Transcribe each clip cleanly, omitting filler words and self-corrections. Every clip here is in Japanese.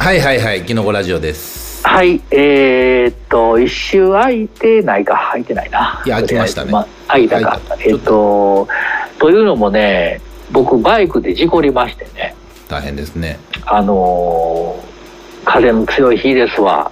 はいはいはい、キノコラジオです。 はい、一周空いてないか、空いてないな。 いや、空きましたね。 空いたか。というのもね、僕バイクで事故りましてね。 大変ですね。 風の強い日ですわ。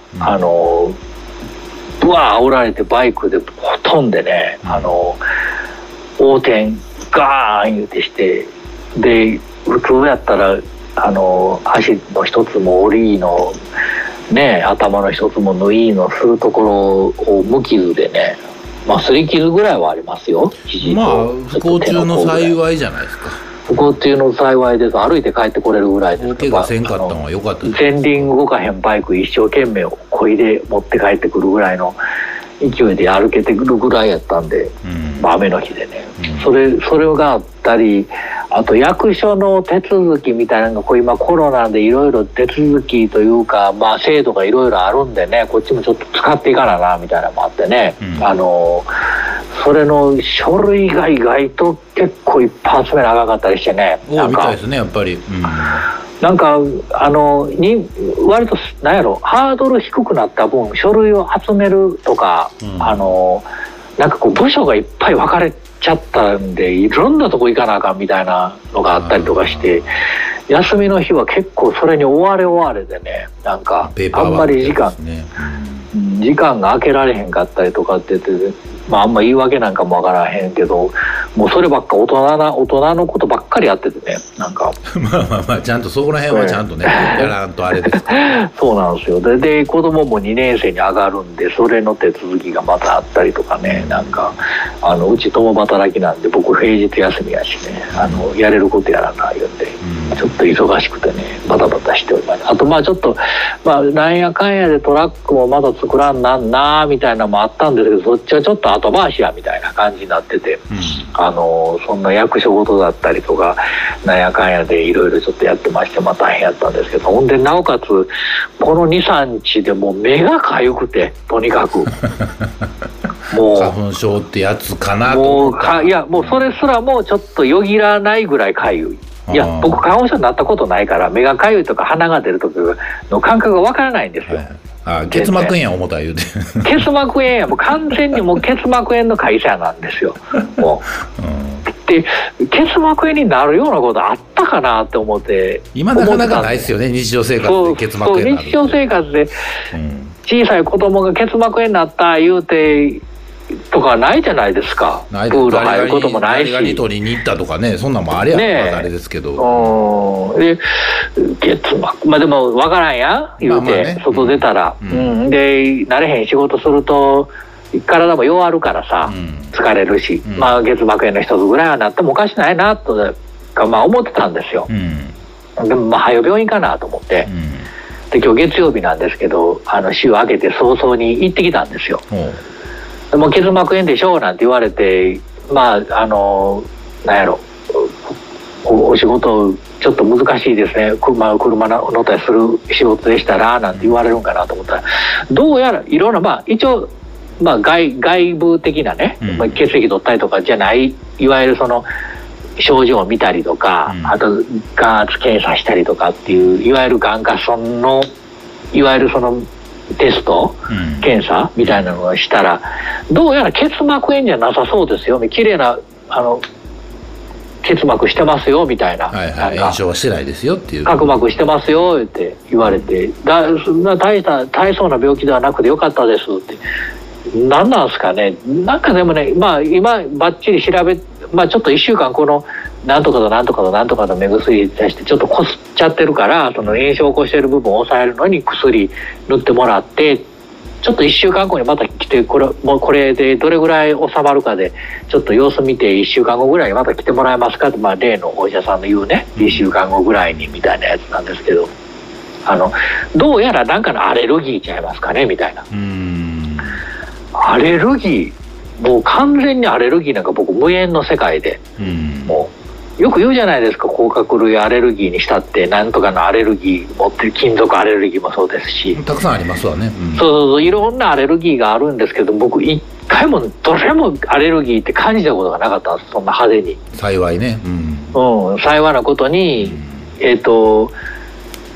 ぶわー煽られてバイクで飛んでね、横転ガーン言うてして、で普通やったら足の一つも折りのね、頭の一つも縫いのするところを無傷でね、擦り傷ぐらいはありますよ。 不幸中の幸いじゃないですか。 不幸中の幸いです。歩いて帰ってこれるぐらいです。 大怪我せんかったのは良かったです。 前輪動かへんバイク一生懸命こいで持って帰ってくるぐらいの勢いで歩けてくるぐらいやったんで、雨の日でね、それがあったり、あと役所の手続きみたいなのが今コロナでいろいろ手続きというか、制度がいろいろあるんでね、こっちもちょっと使っていかななみたいなのもあってね、それの書類が意外と結構いっぱい集めなあかんかったりしてね。 みたいですね、やっぱり。 なんか割となんやろ、ハードル低くなった分書類を集めるとか、なんかこう部署がいっぱい分かれちゃったんで、いろんなとこ行かなあかんみたいなのがあったりとかして、休みの日は結構それに追われでね、なんかあんまり時間が空けられへんかったりとかって言って、あんま言い訳なんかもわからへんけど、もうそればっか大人のことばっかりやっててね、なんかちゃんとそこら辺はちゃんとね、やらんとあれですからそうなんですよ。で子供も2年生に上がるんで、それの手続きがまたあったりとかね、なんかうち共働きなんで、僕平日休みやしね、やれることやらな言うんで、ちょっと忙しくてね、バタバタしております。あとちょっとなんやかんやでトラックもまだ作らんなんなみたいなのもあったんですけど、そっちはちょっと後回しやみたいな感じになってて、そんな役所ごとだったりとかなんやかんやでいろいろちょっとやってまして、大変やったんですけど、ほんでなおかつこの 2,3 日でもう目がかゆくて、とにかくもう花粉症ってやつかなと思った。 いや、もうそれすらもうちょっとよぎらないぐらいかゆい。いや、僕花粉症になったことないから、目がかゆいとか鼻が出るとかの感覚がわからないんですよ。 結膜炎や思った言うて結膜炎や、もう完全にもう結膜炎の会社なんですよ。もうで結膜炎になるようなことあったかなって思って。 今なかなかないですよね、日常生活で結膜炎になる。 日常生活で小さい子供が結膜炎になった言うてとかないじゃないですか。プール入ることもないし、 誰がに取りに行ったとかね、そんなんもありゃあれですけど、 で結膜でも分からんや言うて、外出たら、で慣れへん仕事すると体も弱るからさ、疲れるし、結膜炎の一つぐらいはなってもおかしないなと思ってたんですよ。でも早病院かなと思って、で今日月曜日なんですけど、週明けて早々に行ってきたんですよ。もう結膜炎でしょうなんて言われて、なんやろ、お仕事ちょっと難しいですね、車乗ったりする仕事でしたらなんて言われるんかなと思ったら、どうやらいろんな一応外部的なね、血液取ったりとかじゃない、いわゆるその症状を見たりとか、あと眼圧検査したりとかっていう、いわゆる眼科そのいわゆるそのテスト、検査みたいなのをしたら、どうやら結膜炎じゃなさそうですよ、綺麗な結膜してますよみたいな、 炎症はしてないですよっていう、 角膜してますよって言われて、大層な病気ではなくてよかったですって。何なんですかね。なんかでもね、今バッチリ調べ、ちょっと1週間このなんとかとなんとかとなんとかの目薬出してちょっとこすっちゃってるから、その炎症を起こしている部分を抑えるのに薬塗ってもらって、ちょっと1週間後にまた来て、これでどれぐらい収まるかでちょっと様子見て、1週間後ぐらいにまた来てもらえますかって、例のお医者さんの言うね、1週間後ぐらいにみたいなやつなんですけど、どうやらなんかのアレルギーちゃいますかねみたいな。アレルギー、もう完全にアレルギーなんか僕無縁の世界で、もうよく言うじゃないですか、甲殻類アレルギーにしたってなんとかのアレルギー持ってる、金属アレルギーもそうですし、 たくさんありますわね。 そういろんなアレルギーがあるんですけど、僕一回もどれもアレルギーって感じたことがなかったんです、そんな派手に。幸いね、幸いなことに、ちょ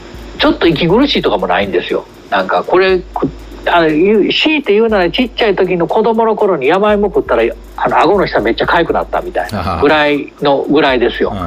ちょっと息苦しいとかもないんですよ。なんかこれ強いて言うならちっちゃい時の子供の頃に山芋食ったら顎の下めっちゃ痒くなったみたいなぐらいですよ。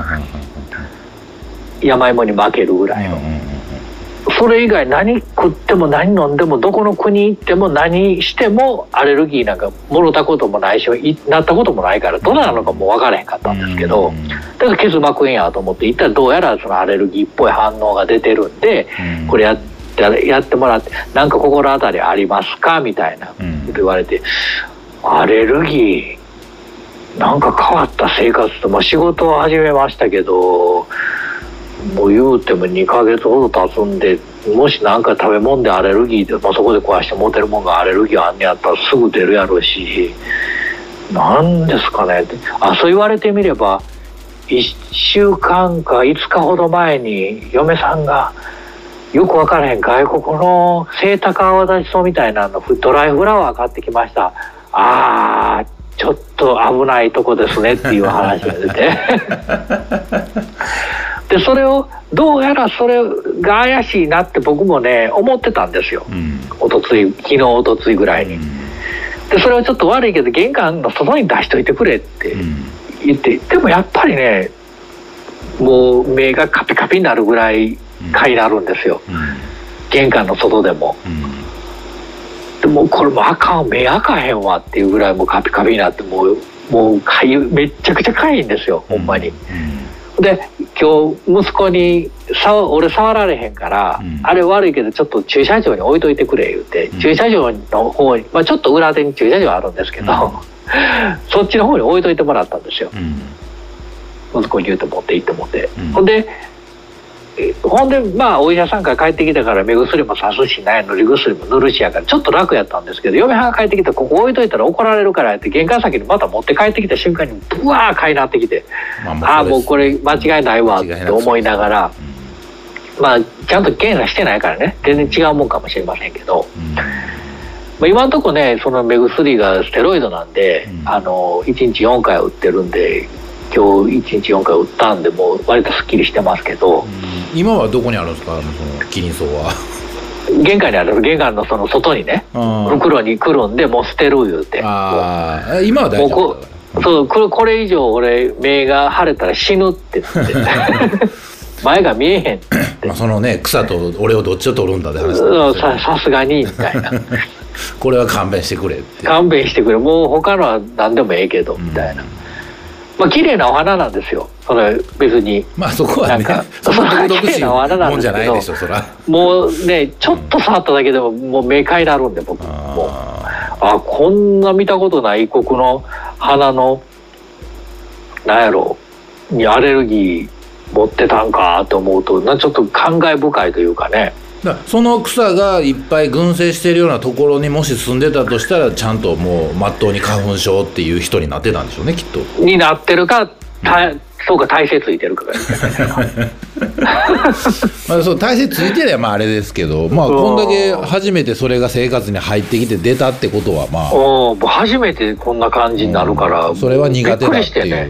山芋に負けるぐらいの。それ以外何食っても何飲んでもどこの国行っても何してもアレルギーなんかもろたこともないしなったこともないからどうなのかも分からへんかったんですけど、だから結膜炎やと思って行ったらどうやらそのアレルギーっぽい反応が出てるんで、これやってもらってなんか心当たりありますかみたいな言われて、アレルギーなんか変わった生活と、仕事を始めましたけどもう言うても2ヶ月ほど経つんで、もし何か食べ物でアレルギーで、そこで壊して持てるもんがアレルギーあんねやったらすぐ出るやろうし、なんですかねって。そう言われてみれば1週間か5日ほど前に嫁さんがよく分からへん外国のセイタカアワダチソウみたいなのドライフラワー買ってきました。ちょっと危ないとこですねっていう話が出てでそれをどうやらそれが怪しいなって僕もね思ってたんですよ、昨日おとついぐらいに。でそれをちょっと悪いけど玄関の外に出しといてくれって言って、でもやっぱりねもう目がカピカピになるぐらい蚊になるんですよ、玄関の外でも。でもこれも目開かへんわっていうぐらいもうカピカピになってもうかゆめっちゃくちゃかゆいんですよほんまに。で今日息子に俺触られへんから、あれ悪いけどちょっと駐車場に置いといてくれ言うて、駐車場の方に、ちょっと裏手に駐車場あるんですけど、そっちの方に置いといてもらったんですよ、息子に言うて持って行ってもって、ほんでお医者さんから帰ってきたから目薬もさすしない塗り薬も塗るしやからちょっと楽やったんですけど、嫁はんが帰ってきてここ置いといたら怒られるからって玄関先にまた持って帰ってきた瞬間にブワー買いなってきて、もうこれ間違いないわって思いながら、ちゃんと検査してないからね全然違うもんかもしれませんけど、今のとこねその目薬がステロイドなんで、1日4回打ってるんで今日1日4回打ったんでもう割とすっきりしてますけど、 今はどこにあるんですかそのキリンソウは。 玄関にある。玄関のその外にね袋にくるんでもう捨てる言うて。 今は大丈夫だからそうこれ以上俺目が腫れたら死ぬって言って前が見えへんってそのね草と俺をどっちを取るんだって話さすがにみたいなこれは勘弁してくれって勘弁してくれもう他のは何でもええけどみたいな。綺麗なお花なんですよそれ別に。 そこはねそんな毒々しいもんじゃないでしょそら。 もうねちょっと触っただけでももう目かいなるんで僕もこんな見たことない異国の花のなんやろにアレルギー持ってたんかと思うとちょっと感慨深いというかね。 その草がいっぱい群生しているようなところにもし住んでたとしたらちゃんともうまっとうに花粉症っていう人になってたんでしょうねきっと。 になってるかそうか体勢ついてるかそう体勢ついてりゃあれですけどこんだけ初めてそれが生活に入ってきて出たってことは初めてこんな感じになるから、 それは苦手だっていう、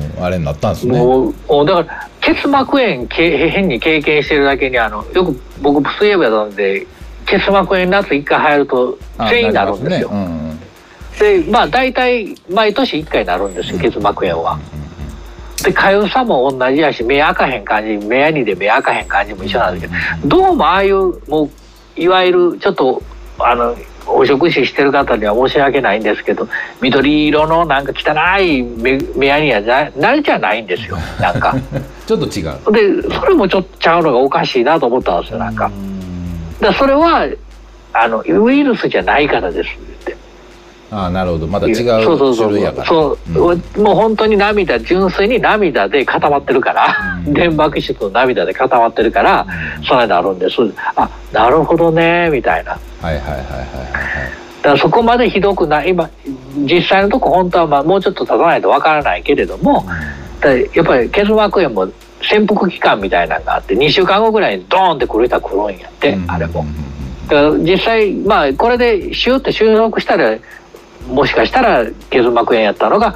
あれになったんですね。 だから結膜炎変に経験してるだけによく僕水泳部やったんで結膜炎夏1回入ると全員になるんですよ。で大体毎年1回なるんですよ結膜炎は。で痒さも同じやし目開かへん感じ目やにで目開かへん感じも一緒なんですけど、どうもああいうもういわゆるちょっとお食事してる方には申し訳ないんですけど緑色のなんか汚い目やには慣れちゃないんですよなんかちょっと違うでそれもちょっとちゃうのがおかしいなと思ったんですよなんか。それはウイルスじゃないからですって。 なるほどまた違う種類やから。 もう本当に純粋に涙で固まってるから粘膜質の涙で固まってるからそれなるんです。なるほどねみたいな。だからそこまでひどくない今実際のとこ本当はもうちょっと経たないとわからないけれども、やっぱり結膜炎も潜伏期間みたいなのがあって2週間後ぐらいにドーンって来る人は来るんやってあれも。だから実際これでシューって収束したらもしかしたら結膜炎やったのが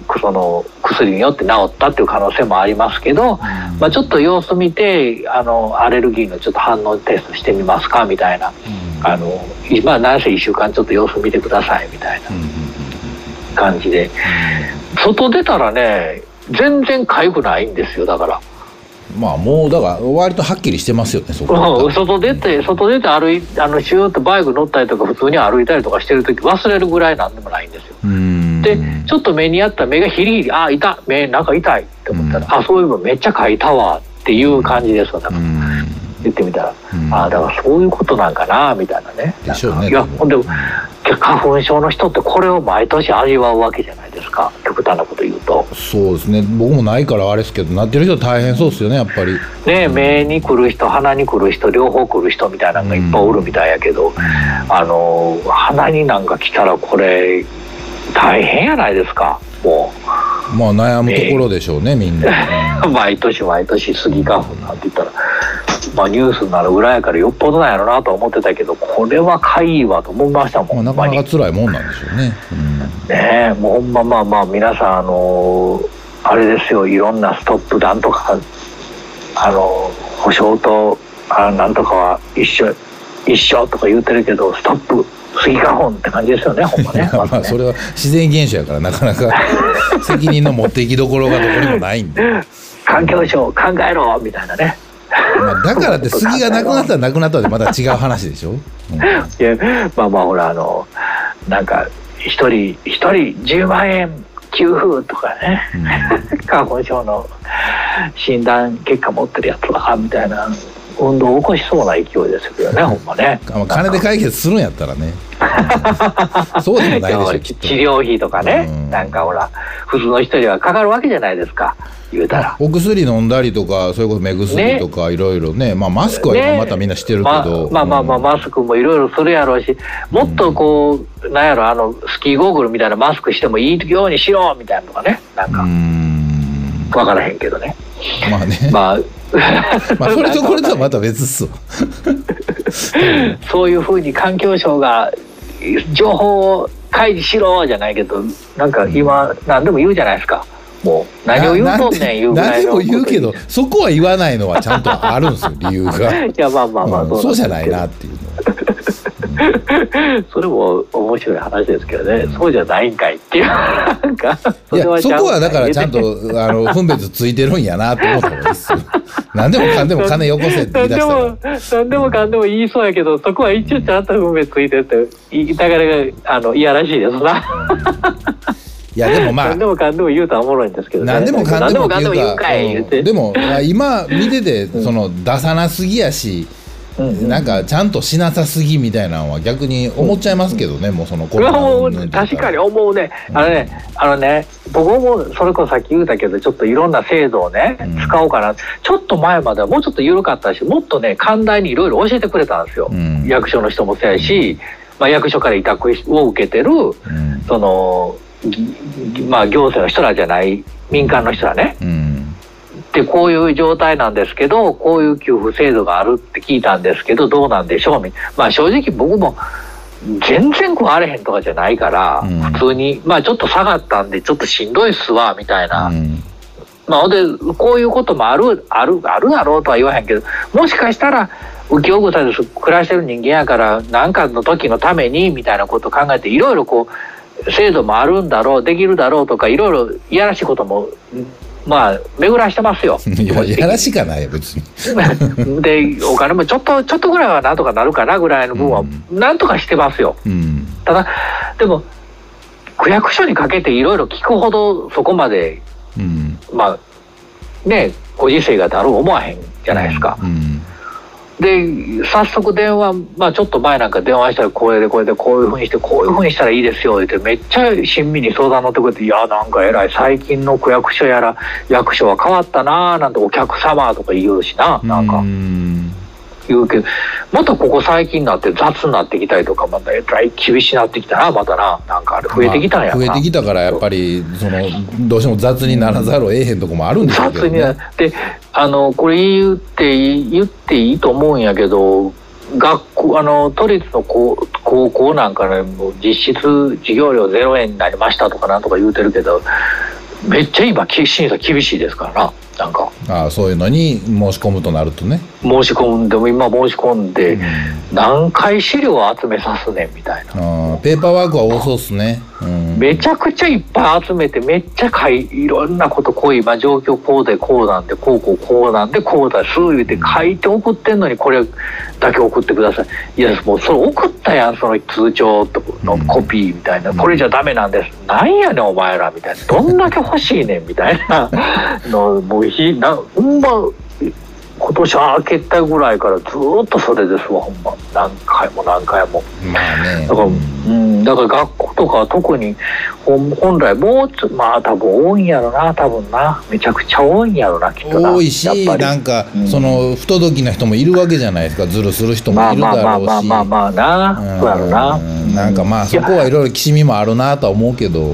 その薬によって治ったっていう可能性もありますけど、まあ、ちょっと様子見てアレルギーのちょっと反応テストしてみますかみたいな、まあ何せ1週間ちょっと様子見てくださいみたいな感じで、外出たらね全然痒くないんですよ。だからまあもうだから割とはっきりしてますよね、そこ。 外出てシューッとバイク乗ったりとか普通に歩いたりとかしてる時忘れるぐらいなんでもないんですよ。でちょっと目にあった目がヒリヒリ、あ痛い、目なんか痛いって思ったら、あそういえばめっちゃ痒いたわっていう感じですわ。だから言ってみたら、あだからそういうことなんかなみたいなね。 でしょうね。 いやほんで花粉症の人ってこれを毎年味わうわけじゃないですか、極端なこと言うと。 そうですね、僕もないからあれですけど、なってる人大変そうですよね、やっぱりね。目に来る人、鼻に来る人、両方来る人みたいなのがいっぱいおるみたいやけど、鼻になんか来たらこれ大変やないですか。もうまあ悩むところでしょうね、みんな、 毎年毎年スギ花粉なんて言ったら、まあニュースになるぐらいやからよっぽどなんやろなと思ってたけど、これはかいいわと思いましたもん。 なかなか辛いもんなんでしょうね。 ねえ、もうほんままあ皆さんあれですよ、いろんなストップ弾とか保証となんとかは一緒とか言うてるけど、ストップスギ花粉って感じですよね、ほんまね。 まあそれは自然現象やからなかなか責任の持っていきどころがどこにもないんで環境省考えろみたいなね。 まあだからって杉がなくなったらなくなったでまた違う話でしょ。 いやまあほらなんか一人10万円給付とかね、花粉症の診断結果持ってるやつはみたいな運動を起こしそうな勢いですけどね、ほんまね。 金で解決するんやったらねそうでもないでしょきっと。 治療費とかね、なんかほら普通の人にはかかるわけじゃないですか、言うたら。 お薬飲んだりとか、それこそ目薬とかいろいろね、まあマスクは今またみんなしてるけど、 まあマスクもいろいろするやろうし、もっとこうなんやろスキーゴーグルみたいなマスクしてもいいようにしろみたいなのがね、なんか分からへんけどね。 まあね、まあそれとこれとはまた別っすわそういうふうに環境省が情報を開示しろじゃないけど、なんか今何でも言うじゃないですか。もう何を言うとんねん言うぐらいの何でも言うけど、そこは言わないのはちゃんとあるんですよ理由が。いやまあそうじゃないなっていうのそれも面白い話ですけどね、そうじゃないんかいっていうなんかいやそこはだからちゃんと分別ついてるんやなと思った方がいいですよ。何でもかんでも金よこせって言い出したら何でもかんでも言いそうやけど、そこは一応ちゃんと分別ついてるって言いたがりがいやらしいですな。 いやでもまあ何でもかんでも言うとはおもろいんですけどね。 何でもかんでもっていうか、 言うてでも今見ててその出さなすぎやし、なんかちゃんとしなさすぎみたいなのは逆に思っちゃいますけどね、もうそのこれはもう確かに思うね。僕もそれこそさっき言うたけど、ちょっといろんな制度をね、使おうかな。ちょっと前まではもうちょっと緩かったし、もっとね寛大にいろいろ教えてくれたんですよ、役所の人もそうやし、役所から委託を受けてる、その行政の人らじゃない民間の人らね、でこういう状態なんですけど、こういう給付制度があるって聞いたんですけどどうなんでしょう。正直僕も全然食われへんとかじゃないから、普通にちょっと下がったんでちょっとしんどいっすわみたいな、でこういうこともあるだろうとは言わへんけど、もしかしたら浮世草で暮らしてる人間やから何かの時のためにみたいなことを考えて、いろいろこう制度もあるんだろう、できるだろうとか、いろいろいやらしいことも巡らしてますよ。 いやらしかないよ別に。 でお金もちょっとぐらいはなんとかなるかなぐらいの分はなんとかしてますよ。ただでも区役所にかけていろいろ聞くほどそこまで、ご時世がだろう思わへんじゃないですか。で早速電話、ちょっと前なんか電話したらこういうふうにしてこういうふうにしたらいいですよってめっちゃ親身に相談乗ってくれて、いやなんか偉い、最近の区役所やら役所は変わったなーなんてお客様とか言うしな、なんか言うけど、またここ最近になって雑になってきたりとか、またえらい厳しくなってきたな、またな、なんかあれ増えてきたんやな、 増えてきたからやっぱりどうしても雑にならざるを得へんとこもあるんですけどね。 雑になってこれ言っていいと思うんやけど、学校都立の高校なんかね、もう実質授業料0円になりましたとかなんとか言うてるけど、 めっちゃ今審査厳しいですからな。なんかそういうのに申し込むとなるとね、 申し込んでも今申し込んで何回資料を集めさすねんみたいな。 ペーパーワークは多そうっすね。 めちゃくちゃいっぱい集めてめっちゃいろんなことこう今状況こうでこうなんでこうなんでこうだす言うて書いて送ってんのにこれだけ送ってください。いやもうそれ送ったやんその通帳のコピーみたいな、これじゃダメなんです、なんやねんお前らみたいな、どんだけ欲しいねんみたいなのもうほんま今年明けたぐらいからずっとそれですわほんま何回も。 まあね、 だから学校とかは特に本来もう多分多いんやろな、多分なめちゃくちゃ多いんやろなきっとな。 多いしなんか、その不届きな人もいるわけじゃないですか、ズルする人もいるだろうし、 まあな、そうやろな。 なんかまあそこはいろいろきしみもあるなとは思うけど、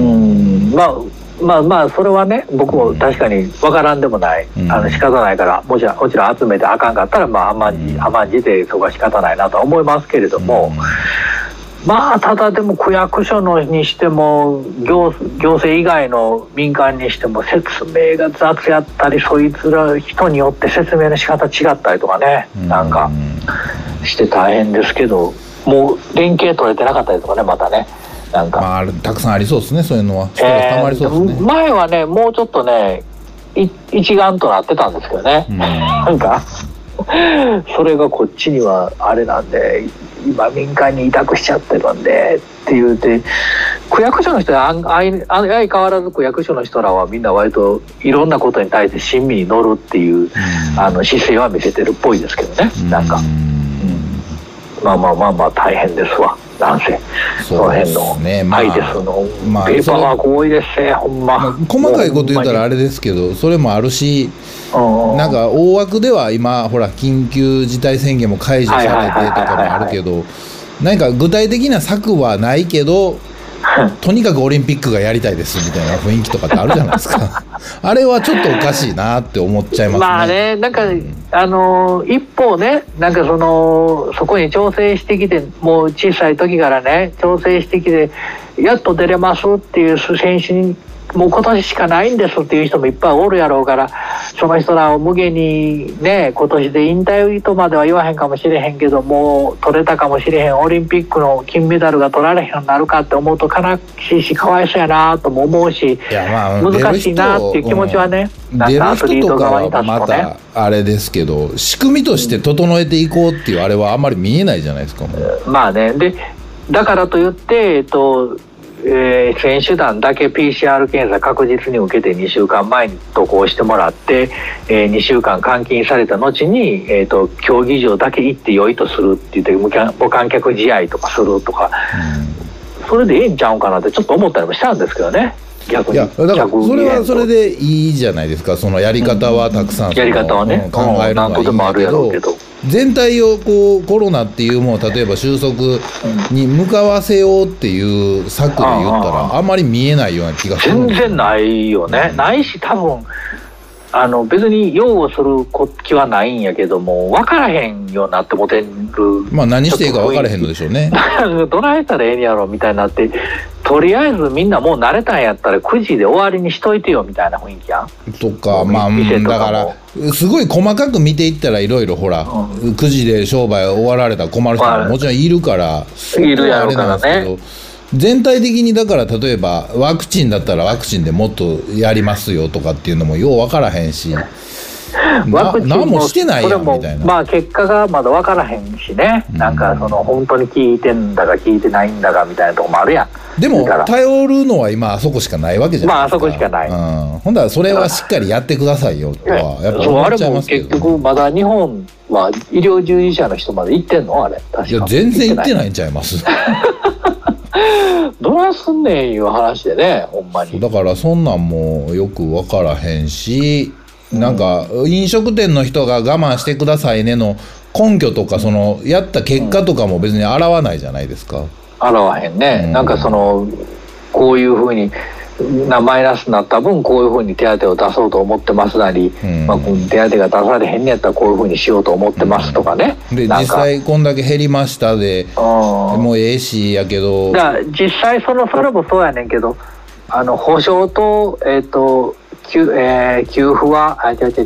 まあそれはね僕も確かに分からんでもない、仕方ないからもちろん集めてあかんかったら甘んじてそこは仕方ないなとは思いますけれども、まあただでも区役所のにしても行政以外の民間にしても説明が雑やったり、そいつら人によって説明の仕方違ったりとかね、なんかして大変ですけど、もう連携取れてなかったりとかね、またねなんか、 たくさんありそうですね、そういうのは。たまりそうですね。 前はねもうちょっとね一丸となってたんですけどね、なんかそれがこっちにはあれなんで今民間に委託しちゃってるんでって言うて、区役所の人は相変わらず区役所の人らはみんな割といろんなことに対して親身に乗るっていう姿勢は見せてるっぽいですけどね、なんか、まあ大変ですわ。なんせその辺のアイデスのペーパーワーク多いですね、ほんま。 細かいこと言ったらあれですけど、それもあるし、なんか大枠では今ほら緊急事態宣言も解除されてとかもあるけど、何か具体的な策はないけどとにかくオリンピックがやりたいですみたいな雰囲気とかってあるじゃないですかあれはちょっとおかしいなって思っちゃいますね。 まあね、なんか一方ね、なんかそこに調整してきて、もう小さい時からね調整してきてやっと出れますっていう選手にもう今年しかないんですっていう人もいっぱいおるやろうから、その人らを無限にね今年で引退とまでは言わへんかもしれへんけど、もう取れたかもしれへんオリンピックの金メダルが取られへんようになるかって思うと悲しいしかわいそうやなとも思うし、難しいなっていう気持ちはね、なんかアスリート側に立つとね。 またあれですけど、仕組みとして整えていこうっていうあれはあんまり見えないじゃないですか。 まあね、でだからといって選手団だけ PCR 検査確実に受けて2週間前に渡航してもらって、2週間監禁された後に、競技場だけ行って良いとするって言って無観客試合とかするとか、それでええんちゃうんかなってちょっと思ったりもしたんですけどね。逆にいやだからそれはそれでいいじゃないですか。そのやり方はたくさんやり方はね、 考えるのはいいんだけど、全体をこうコロナっていうものを例えば収束に向かわせようっていう策で言ったらあんまり見えないような気がする。 全然ないよね、ないし多分別に擁護する気はないんやけども、分からへんようになってもてる。 まあ何していいか分からへんのでしょうねどないしたらええんやろみたいになって、とりあえずみんなもう慣れたんやったら9時で終わりにしといてよみたいな雰囲気やんとか、まあだからすごい細かく見ていったらいろいろほら、9時で商売終わられたら困る人ももちろんいるから、 いるやろうからね。 全体的にだから例えばワクチンだったらワクチンでもっとやりますよとかっていうのもよう分からへんし、何もしてないやんみたいな。 まあ結果がまだ分からへんしね、なんか本当に聞いてんだか聞いてないんだかみたいなとこもあるやん。 でも頼るのは今あそこしかないわけじゃないですか。 まああそこしかない、 ほんだらそれはしっかりやってくださいよとはやっぱ思っちゃいますけど。 あれも結局まだ日本は医療従事者の人まで行ってんのあれ。確かいや全然行ってないんちゃいますどないすんねんいう話でね、ほんまに。 だからそんなんもよく分からへんし、なんか飲食店の人が我慢してくださいねの根拠とか、そのやった結果とかも別に洗わないじゃないですか。 洗わへんね、なんかこういうふうにマイナスになった分こういうふうに手当を出そうと思ってますなり、手当が出されへんねやったらこういうふうにしようと思ってますとかね、 で実際こんだけ減りましたでもうええしやけど、 だから実際それもそうやねんけど、 保証と給付は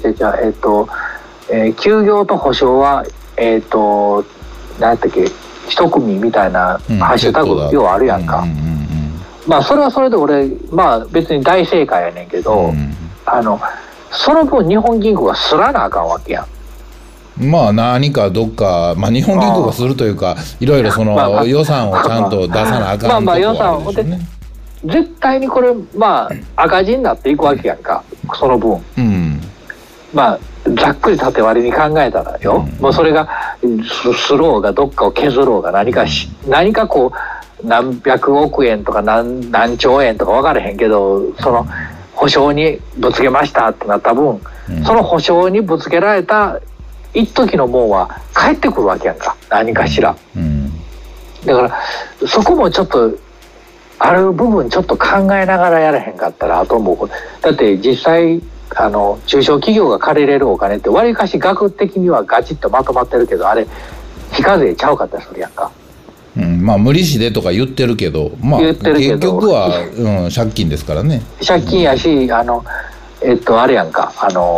休業と保証は何やったっけ、一組みたいなハッシュタグようあるやんか。まあそれはそれで俺まあ別に大正解やねんけど、その分日本銀行がすらなあかんわけやん。 まあ何かどっか、まあ、日本銀行がするというか、いろいろその予算をちゃんと出さなあかんとこはあるでしょうね。 絶対にこれまあ赤字になっていくわけやんか、その分。まあざっくり縦割りに考えたらよ、もうそれがスローがどっかを削ろうが何かこう何百億円とか何兆円とか分からへんけど、その保証にぶつけましたってなった分、その保証にぶつけられた一時のもんは返ってくるわけやんか、何かしら。だからそこもちょっとある部分ちょっと考えながらやらへんかったら、あともうだって実際中小企業が借りれるお金ってわりかし額的にはガチッとまとまってるけど、あれ非課税ちゃうかったりするやんか。 まあ無利子でとか言ってるけど、まあ結局は、借金ですからね。 借金やし、あれやんか、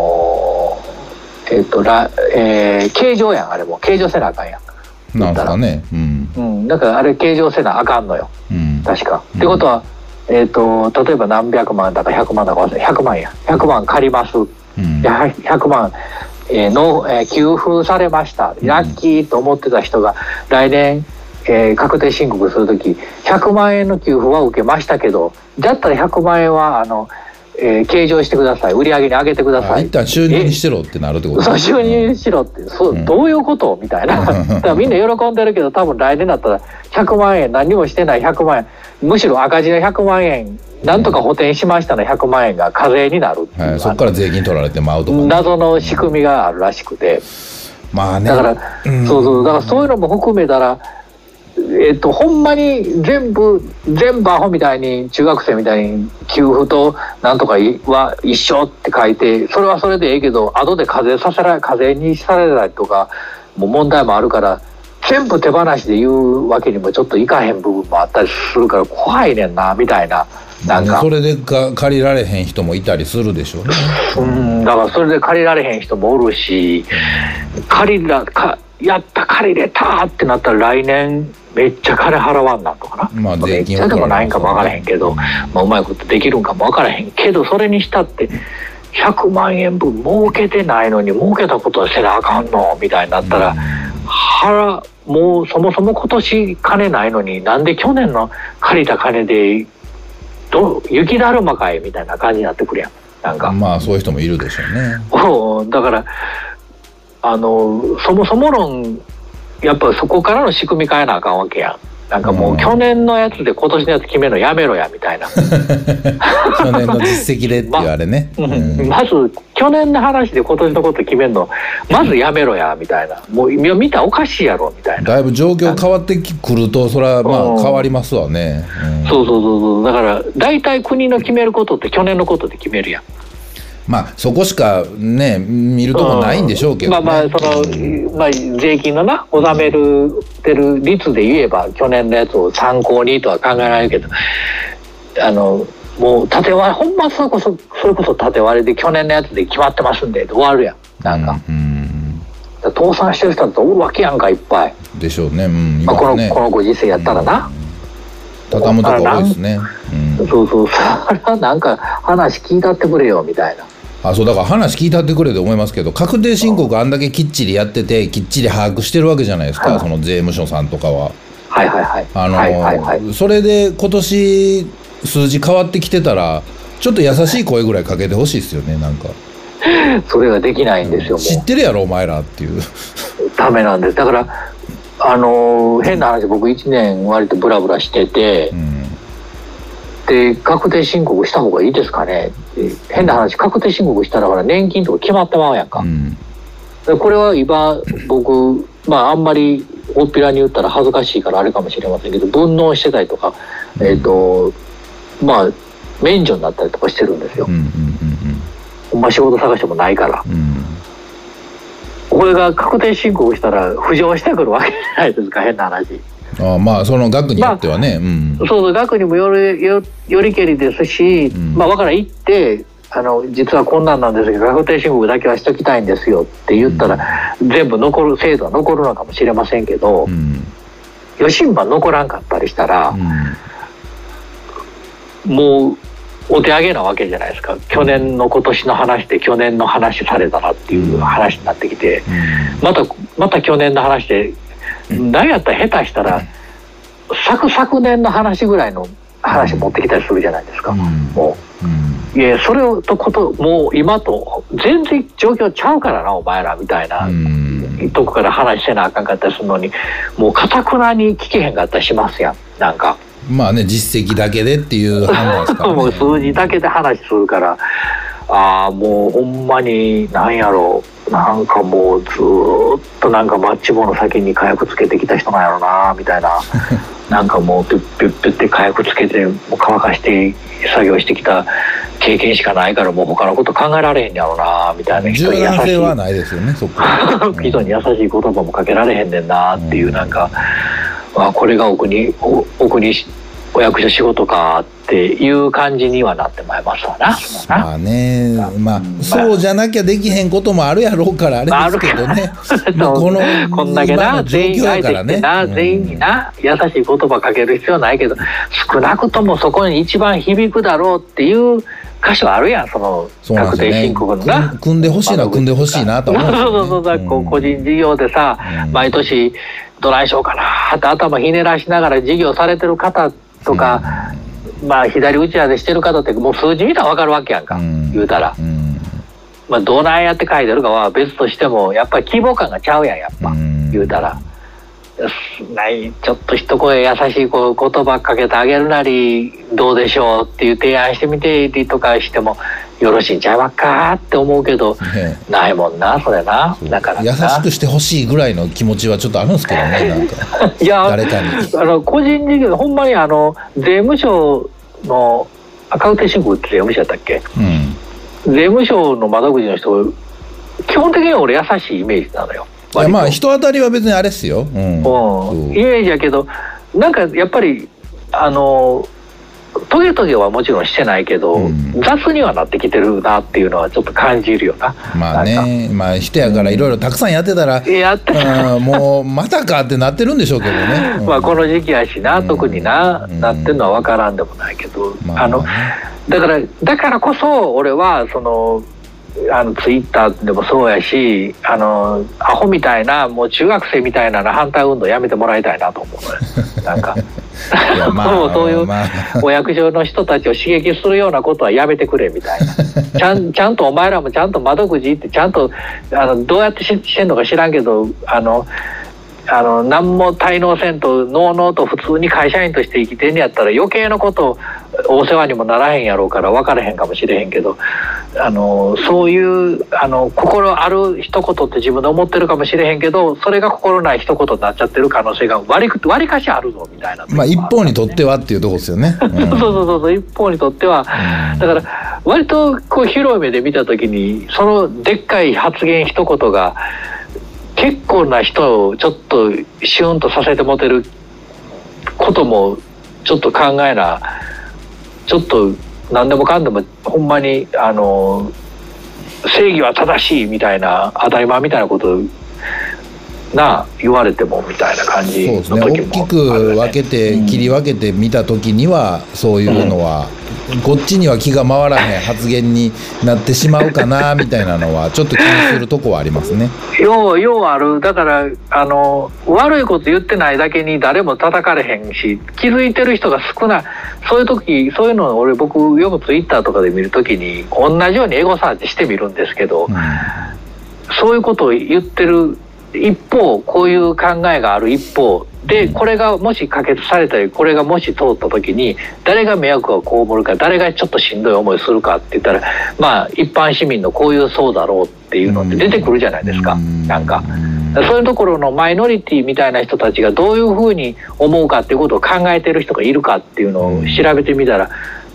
計上やん、あれも計上せなあかんやん。 なんすかね。 だからあれ計上せなあかんのよ、確か。ってことは例えば何百万だか100万だか100万や100万借ります、100万の給付されました、ラッキーと思ってた人が来年確定申告するとき100万円の給付は受けましたけど、だったら100万円は計上してください、売り上げに上げてください、 一旦収入にしてろってなるってこと。 そう、収入しろって、どういうことみたいな。だからみんな喜んでるけど、多分来年だったら100万円何もしてない100万円、むしろ赤字の100万円なんとか補填しましたの100万円が課税になるっていう、 そこから税金取られてまうとか、 謎の仕組みがあるらしくて、 まあね、 だから、だからそういうのも含めたらほんまに全部アホみたいに中学生みたいに給付となんとかは一緒って書いて、それはそれでええけど後で課税にされたりとかも問題もあるから、全部手放しで言うわけにもちょっといかへん部分もあったりするから怖いねんなみたいな。なんかそれで借りられへん人もいたりするでしょうね。 だからそれで借りられへん人もおるし、やった借りれたってなったら来年めっちゃ金払わんなとかな、 税金めっちゃでもないんかも分からへんけど、うまいことできるんかも分からへんけど、それにしたって100万円分儲けてないのに儲けたことはせなあかんのみたいになったら、もうそもそも今年金ないのになんで去年の借りた金で雪だるまかいみたいな感じになってくるやん。なんかまあそういう人もいるでしょうね。 だからそもそも論やっぱそこからの仕組み変えなあかんわけやん。なんかもう去年のやつで今年のやつ決めるのやめろやみたいな。 去年の実績でって言われね。 まず去年の話で今年のこと決めるのまずやめろやみたいな。もう見たらおかしいやろみたいな。 だいぶ状況変わってくるとそれはまあ変わりますわね。 そうだから大体国の決めることって去年のことで決めるやん。 まあそこしかね見るとこないんでしょうけどね。 税金の納めてる率で言えば去年のやつを参考にとは考えられるけど、もう縦割りほんまそれこそ縦割りで去年のやつで決まってますんで終わるやん。なんか、倒産してる人だとおるわけやんかいっぱいでしょうね。 このご時世やったらな、 畳むとこ多いですね。 それはなんか話聞いたってくれよみたいな。 そうだから話聞いたってくれと思いますけど、確定申告あんだけきっちりやっててきっちり把握してるわけじゃないですか、その税務署さんとかは。それで今年数字変わってきてたらちょっと優しい声ぐらいかけてほしいですよね。なんかそれができないんですよ。 知ってるやろお前らっていうダメなんです。だから変な話、僕1年割とブラブラしてて、で確定申告した方がいいですかね。変な話、確定申告したらほら年金とか決まってまうやんか。これは今僕あんまり大っぴらに言ったら恥ずかしいからあれかもしれませんけど、分納してたりとか免除になったりとかしてるんですよ。ほんま仕事探してもないから。これが確定申告したら浮上してくるわけじゃないですか、変な話。 まあその額によってはね、 そう額にもよりけりですし、まあだから行って実はこんなんなんですけど確定申告だけはしときたいんですよって言ったら、全部制度は残るのかもしれませんけど、余震番残らんかったりしたら、もうお手上げなわけじゃないですか。去年の今年の話で去年の話されたらっていう話になってきて、また去年の話で何やったら下手したら昨年の話ぐらいの話持ってきたりするじゃないですか。もういやそれともう今と全然状況ちゃうからなお前らみたいなとこから話せなあかんかったりするのに、もう堅くなに聞けへんかったりしますやん。なんかまあね、実績だけでっていう判断ですからね。 もう数字だけで話するから、もうほんまに何やろう、なんかもうずっとなんかマッチ棒の先に火薬つけてきた人なんやろなみたいななんかもうピュッピュッピュッって火薬つけてもう乾かして作業してきた経験しかないから、もう他のこと考えられへんやろなみたいな。 柔軟性はないですよね、そこ人に優しい言葉もかけられへんねんなっていう、なんかこれがお役所仕事かっていう感じにはなってまいりますわな。 まあね、そうじゃなきゃできへんこともあるやろうからあれですけどね。 こんだけな全員相手してな、全員にな優しい言葉かける必要ないけど、少なくともそこに一番響くだろうっていう箇所あるやん、その確定申告のな。 組んでほしいな組んでほしいなと思うんですよね。 そう個人事業でさ、毎年どないしようかなって頭ひねらしながら事業されてる方とか、左打ち当てしてる方ってもう数字見たら分かるわけやんか、言うたら、どないやって書いてるかは別としてもやっぱり規模感がちゃうやん、やっぱ、言うたらちょっと一声優しい言葉かけてあげるなりどうでしょうっていう提案してみてりとかしてもよろしいんちゃいまっかって思うけど、ないもんなそれな。だから優しくしてほしいぐらいの気持ちはちょっとあるんですけどね、なんかいや誰かに個人事業ほんまに税務署の確定申告って税務署やったっけ、税務署の窓口の人基本的には俺優しいイメージなのよ。 人当たりは別にあれっすよ、イメージやけど、なんかやっぱりトゲトゲはもちろんしてないけど、雑にはなってきてるなっていうのはちょっと感じるよな。 人やからいろいろたくさんやってたら、もうまたかってなってるんでしょうけどね。 この時期やしな、特になってるのは分からんでもないけど、だからこそ俺はそのツイッターでもそうやし、アホみたいなもう中学生みたいな反対運動やめてもらいたいなと思うのよ。なんかもうそういうお役所の人たちを刺激するようなことはやめてくれみたいな。ちゃんとお前らもちゃんと窓口行ってちゃんとどうやってしてんのか知らんけど何も滞納せんとのうのうと普通に会社員として生きてんねやったら余計なことお世話にもならへんやろうから分からへんかもしれへんけど、そういう心ある一言って自分で思ってるかもしれへんけど、それが心ない一言になっちゃってる可能性が割りかしあるぞみたいな。 一方にとってはっていうところですよね。 そう一方にとっては、だから割とこう広い目で見た時にそのでっかい発言一言が結構な人をちょっとシュンとさせてもてることもちょっと考えな、ちょっと何でもかんでもほんまに正義は正しいみたいな当たり前みたいなこと言われてもみたいな感じの時も、 大きく分けて切り分けて見た時にはそういうのは、こっちには気が回らへん発言になってしまうかなみたいなのはちょっと気にするとこはありますね。 ようある。だから悪いこと言ってないだけに誰も叩かれへんし、気づいてる人が少ない。そういう時、そういうのを僕よくツイッターとかで見る時に同じようにエゴサーチしてみるんですけど、そういうことを言ってる一方、こういう考えがある一方で、これがもし可決されたりこれがもし通った時に誰が迷惑を被るか、誰がちょっとしんどい思いするかって言ったら、一般市民のこういう層だろうっていうのって出てくるじゃないですか。なんかそういうところのマイノリティみたいな人たちがどういうふうに思うかっていうことを考えてる人がいるかっていうのを調べてみたら、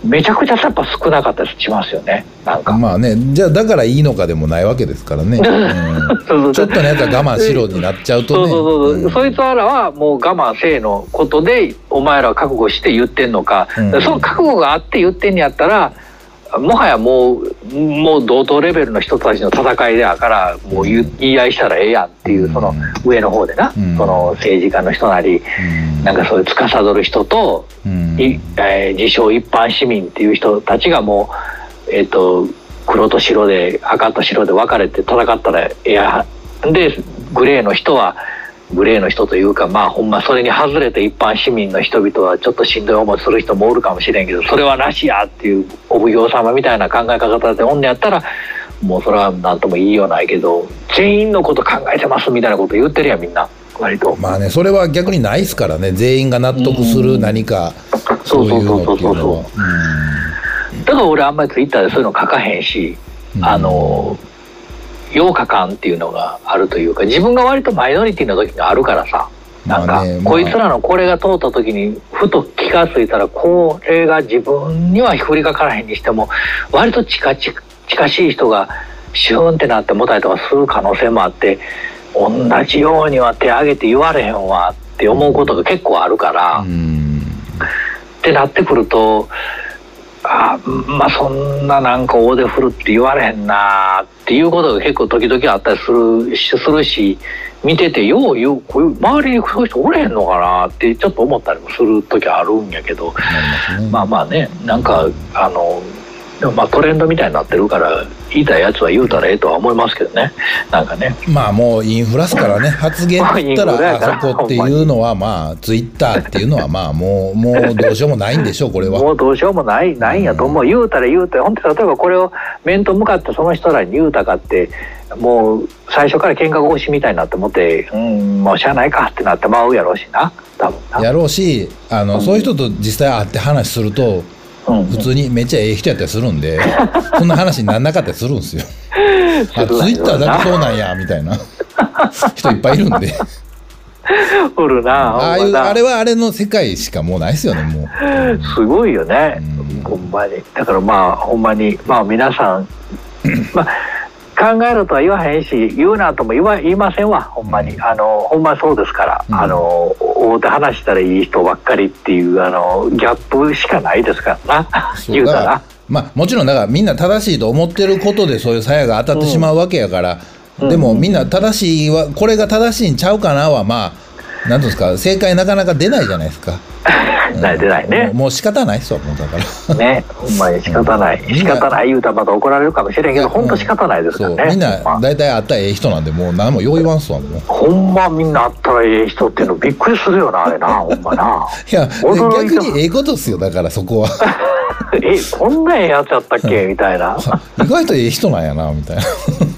めちゃくちゃやっぱ少なかったりしますよね。なんかまあね、じゃあだからいいのかでもないわけですからね、うん、ちょっとのやつは我慢しろになっちゃうとね、 そいつらはもう我慢せえのことでお前らは覚悟して言ってんのか、その覚悟があって言ってんのやったらもはやもう同等レベルの人たちの戦いだからもう言い合いしたらええやんっていう、その上の方でな、その政治家の人なり、なんかそういう司る人と、自称一般市民っていう人たちがもう黒と白で赤と白で分かれて戦ったらええやんで、グレーの人はグレーの人というか、まあほんまそれに外れて一般市民の人々はちょっとしんどい思いする人もおるかもしれんけど、それはなしやっていうお奉行様みたいな考え方でおんねやったらもうそれは何とも言いようないけど、全員のこと考えてますみたいなこと言ってるやんみんな割と。 まあね、それは逆にないですからね、全員が納得する何かそういうのっていうのは。 だから俺あんまりツイッターでそういうの書かへんし、8日間っていうのがあるというか、自分が割とマイノリティの時があるからさ、なんかこいつらのこれが通った時にふと気が付いたらこれが自分には降りかからへんにしても割と近しい人がシューンってなってもたりとかする可能性もあって、同じようには手挙げて言われへんわって思うことが結構あるから、ってなってくるとまあそんななんか大手振るって言われへんなっていうことが結構時々あったりするし、見ててこういう周りにそういう人おれへんのかなってちょっと思ったりもする時あるんやけど、まあまあね、なんかでもまあトレンドみたいになってるから言いたいやつは言うたらええとは思いますけどね、なんかね。 まあもうインフラっすからね、発言って言ったらあそこっていうのはまあツイッターっていうのはまあもうどうしようもないんでしょう、これは。 もうどうしようもないんやと思う。言うたら本当に例えばこれを面と向かってその人らに言うたかってもう最初から喧嘩腰みたいになって思ってもうしゃあないかってなってまうやろうしな、多分な。 やろうしそういう人と実際会って話すると普通にめっちゃええ人やったりするんでそんな話にならなかったりするんですよツイッターだけそうなんやみたいな人いっぱいいるんでおるな。 あれはあれの世界しかもうないですよね、もう。 すごいよね、ほんまに。だからまあほんまにまあ皆さんまあ考えろとは言わへんし言うなとも言いませんわ、ほんまに。ほんまそうですから、大手話したらいい人ばっかりっていうギャップしかないですからな言うたら。 まあもちろんだからみんな正しいと思ってることでそういう鞘が当たってしまうわけやから、でもみんな正しいはこれが正しいんちゃうかなはまあ何ですか、正解なかなか出ないじゃないですか。 出ないね。 もう仕方ないっすわ、もうだからね、ほんまに仕方ない、仕方ない言うたらまた怒られるかもしれんけど、本当仕方ないですからね。 みんな大体あったらええ人なんでもう何もよう言わんすわ、もう。 ほんまみんなあったらええ人っていうのびっくりするよな、あれな、ほんまな。 いや逆にええことっすよ、だからそこはこんなええやつやったっけみたいな意外とええ人なんやなみたいな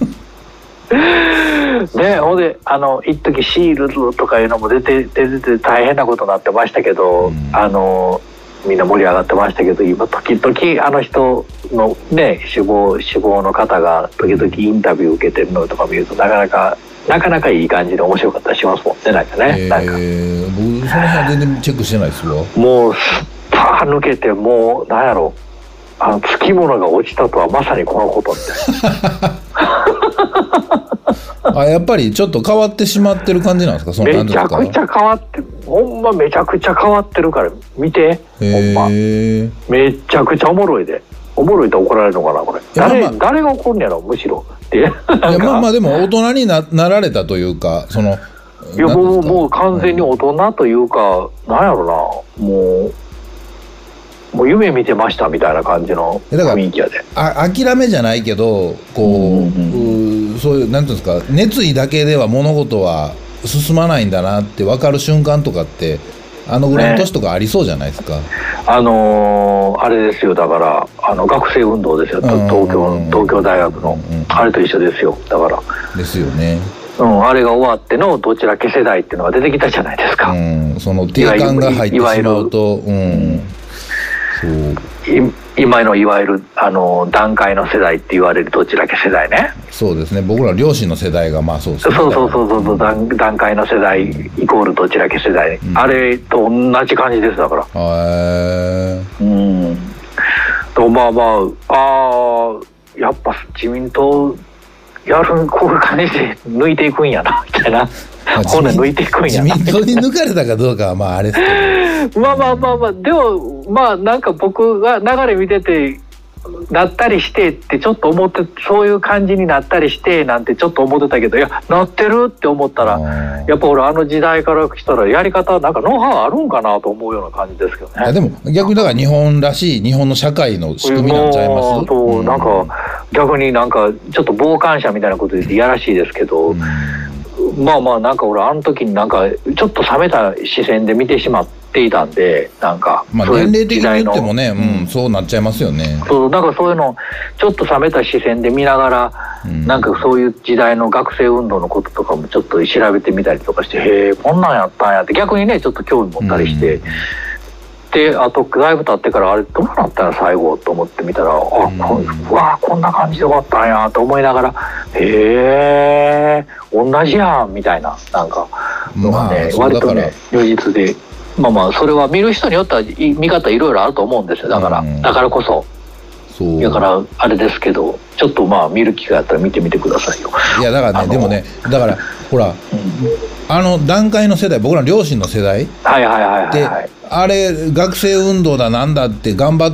ね。ほんで一時シールズとかいうのも出て大変なことになってましたけど、みんな盛り上がってましたけど、今時々人のね死亡の方が時々インタビュー受けてるのとか見るとなかなかいい感じで面白かったりしますもんね、なんかね。なんか僕その辺は全然チェックしてないですわ。 もうスパー抜けて、もうなんやろ、つきものが落ちたとはまさにこのことみたいなやっぱりちょっと変わってしまってる感じなんですか、そのめちゃくちゃ変わって、ほんまめちゃくちゃ変わってるから見て、ほんまめちゃくちゃおもろいで。おもろいと怒られるのかなこれ。誰が怒るんやろ、むしろって。いやまあでも大人に なられたというか、 いやもう完全に大人というか、なんやろな、もう夢見てましたみたいな感じの雰囲気やで。 諦めじゃないけどこう、そういうなんていうんですか、熱意だけでは物事は進まないんだなって分かる瞬間とかってぐらいの年とかありそうじゃないですか。 あれですよ、だから学生運動ですよ、東京大学の、あれと一緒ですよ、だからですよね。 あれが終わってのどちらけ世代っていうのが出てきたじゃないですか。 その定感が入ってしまうと、 今のいわゆる団塊の世代って言われるどちらけ世代ね。 そうですね、僕ら両親の世代がまあそうですね。 そう団塊の世代イコールどちらけ世代、あれと同じ感じです、だから。 まあやっぱ自民党やるこういう感じで抜いていくんやなみたいな、骨抜いていくんやな。 自民党に抜かれたかどうかはまああれですけどまあでもまあなんか僕が流れ見ててなったりしてってちょっと思って、そういう感じになったりしてなんてちょっと思ってたけど、いやなってるって思ったら、やっぱ俺あの時代からしたらやり方なんかノウハウあるんかなと思うような感じですけどね。 いやでも逆にだから日本らしい日本の社会の仕組みなんちゃいます？ そう、なんか逆になんかちょっと傍観者みたいなこと言っていやらしいですけど、まあなんか俺あの時になんかちょっと冷めた視線で見てしまっていたんで、なんかまあ年齢的に言ってもね、そうなっちゃいますよね。 そうなんかそういうのちょっと冷めた視線で見ながら、なんかそういう時代の学生運動のこととかもちょっと調べてみたりとかして、へえこんなんやったんやって逆にねちょっと興味持ったりして。であとだいぶ経ってからあれどうなったんや最後と思ってみたら、こんな感じで終わったんやと思いながら、へえ同じやんみたいな、なんかのがね、割とね如実で、まあそれは見る人によっては見方いろいろあると思うんですよ。だからこそだからあれですけど、ちょっとまあ見る機会あったら見てみてくださいよ。 いやだからねでもねだからほら、あの段階の世代、僕ら両親の世代であれ学生運動だなんだって頑張って、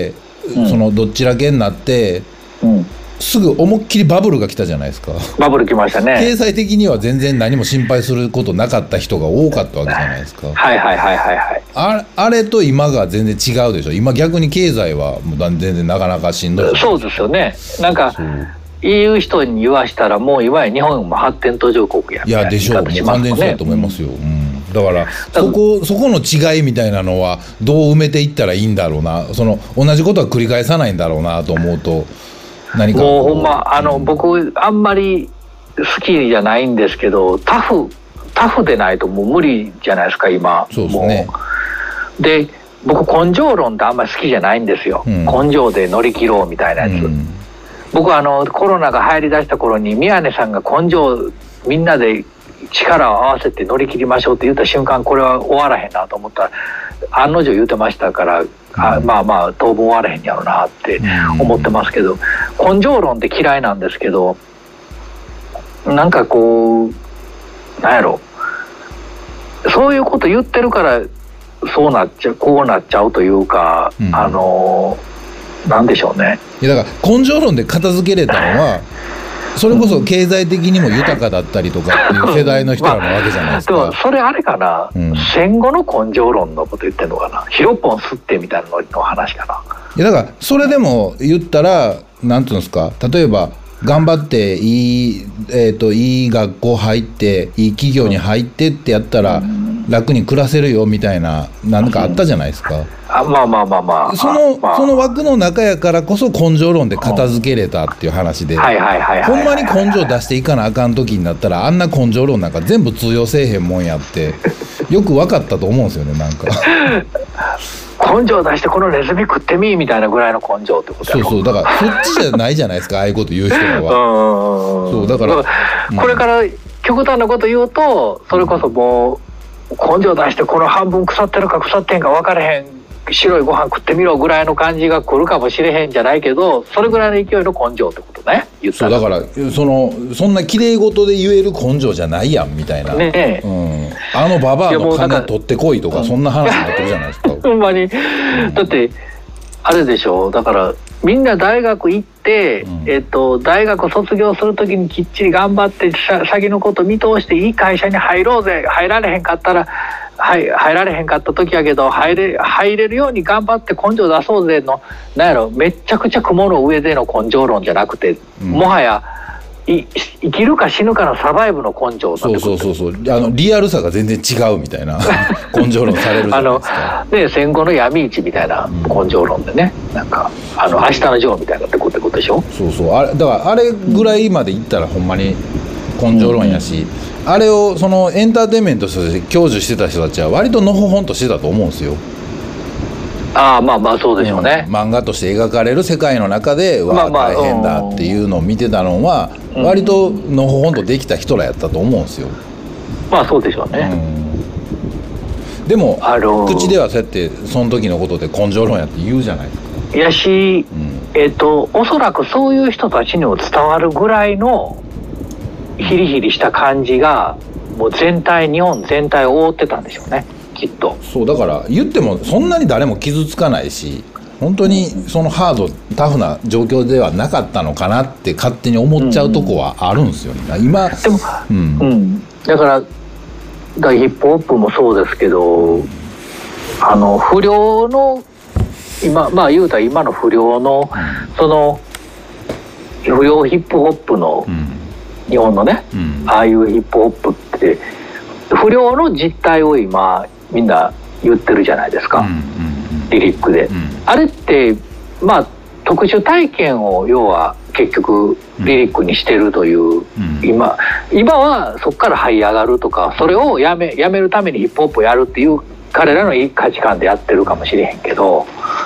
そのどっちらけになって、すぐ思いっきりバブルが来たじゃないですか。 バブル来ましたね。 経済的には全然何も心配することなかった人が多かったわけじゃないですか。あれと今が全然違うでしょ。今逆に経済はもう全然なかなかしんどい。 そうですよね。なんか言う人に言わしたらもう今や日本も発展途上国やみたいな言い方しますもんね。いやでしょう、完全にそうだと思いますよ。だからそこの違いみたいなのはどう埋めていったらいいんだろうな、その同じことは繰り返さないんだろうなと思うと、何かもうほんま僕あんまり好きじゃないんですけど、タフでないともう無理じゃないですか今。 そうですね。 で僕根性論ってあんまり好きじゃないんですよ、根性で乗り切ろうみたいなやつ。僕はコロナが入りだした頃に宮根さんが根性みんなで力を合わせて乗り切りましょうって言った瞬間、これは終わらへんなと思ったら案の定言うてましたから、まあ当分終わらへんやろなって思ってますけど、根性論って嫌いなんですけど、なんかこうなんやろ、そういうこと言ってるからそうなっちゃう、こうなっちゃうというか、なんでしょうね。 いやだから根性論で片付けれたのはそれこそ経済的にも豊かだったりとかっていう世代の人らのわけじゃないですか。 でもそれあれかな、戦後の根性論のこと言ってんのかな、ヒロポン吸ってみたいなの話かな。 いやだからそれでも言ったらなんていうんですか、例えば頑張っていい学校入っていい企業に入ってってやったら楽に暮らせるよみたいななんかあったじゃないですか。まあその枠の中やからこそ根性論で片付けれたっていう話で、ほんまに根性出していかなあかん時になったらあんな根性論なんか全部通用せえへんもんやってよく分かったと思うんですよね。なんか根性出してこのネズミ食ってみみたいなぐらいの根性ってことやろ。 そうだからそっちじゃないじゃないですかああいうこと言う人らは。そうだからこれから極端なこと言うと、それこそもう根性出してこの半分腐ってるか腐ってんか分からへん白いご飯食ってみろぐらいの感じが来るかもしれへんじゃないけど、それぐらいの勢いの根性ってことね、言ったら。 そうだからそんな綺麗事で言える根性じゃないやんみたいな、あのババアの金取ってこいとかそんな話になってるじゃないですか。 ほんまにだってあれでしょ、だからみんな大学行って、大学卒業する時にきっちり頑張って先のこと見通していい会社に入ろうぜ、入られへんかったら入られへんかった時やけど入れるように頑張って根性出そうぜの、なんやろ、めっちゃくちゃ雲の上での根性論じゃなくて、もはや生きるか死ぬかのサバイブの根性なんてこと。 そうリアルさが全然違うみたいな根性論されるじゃないですか。 で戦後の闇市みたいな根性論でね、なんか明日のジョーみたいなってことでしょ。 だからあれぐらいまでいったらほんまに根性論やし、あれをそのエンターテインメントとして享受してた人たちは割とのほほんとしてたと思うんですよ。 まあそうでしょうね。 漫画として描かれる世界の中で大変だっていうのを見てたのは割とのほほんとできた人らやったと思うんですよ。 まあそうでしょうね。 でも口ではそうやってその時のことで根性論やって言うじゃないですか。 やし、おそらくそういう人たちにも伝わるぐらいのヒリヒリした感じがもう日本全体を覆ってたんでしょうね、きっと。 そうだから言ってもそんなに誰も傷つかないし、本当にそのハードタフな状況ではなかったのかなって勝手に思っちゃうとこはあるんですよね、今。 でも、だからヒップホップもそうですけど、不良の今言うたら今の不良の、その不良ヒップホップの、日本のね、ああいうヒップホップって不良の実態を今みんな言ってるじゃないですか、リリックで。あれって特殊体験を要は結局リリックにしてるという、今はそこから這い上がるとか、それをやめるためにヒップホップをやるっていう彼らのいい価値観でやってるかもしれへんけど、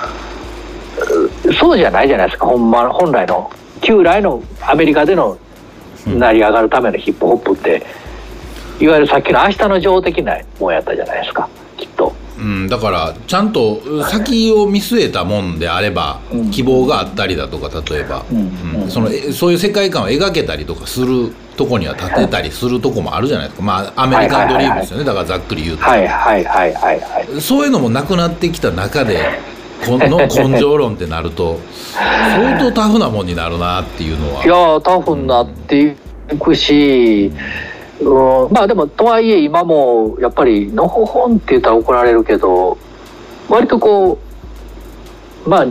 そうじゃないじゃないですか。本来の旧来のアメリカでの成り上がるためのヒップホップって、いわゆるさっきの明日のジョー的なもんやったじゃないですか、きっと。 だからちゃんと先を見据えたもんであれば、希望があったりだとか、例えばそういう世界観を描けたりとかするとこには立てたりするとこもあるじゃないですか。アメリカンドリームですよね、だからざっくり言うと。そういうのもなくなってきた中でこの根性論ってなると相当タフなもんになるなっていうのは。 いやタフになっていくし、でもとはいえ今もやっぱりのほほんって言ったら怒られるけど、割とこうちょ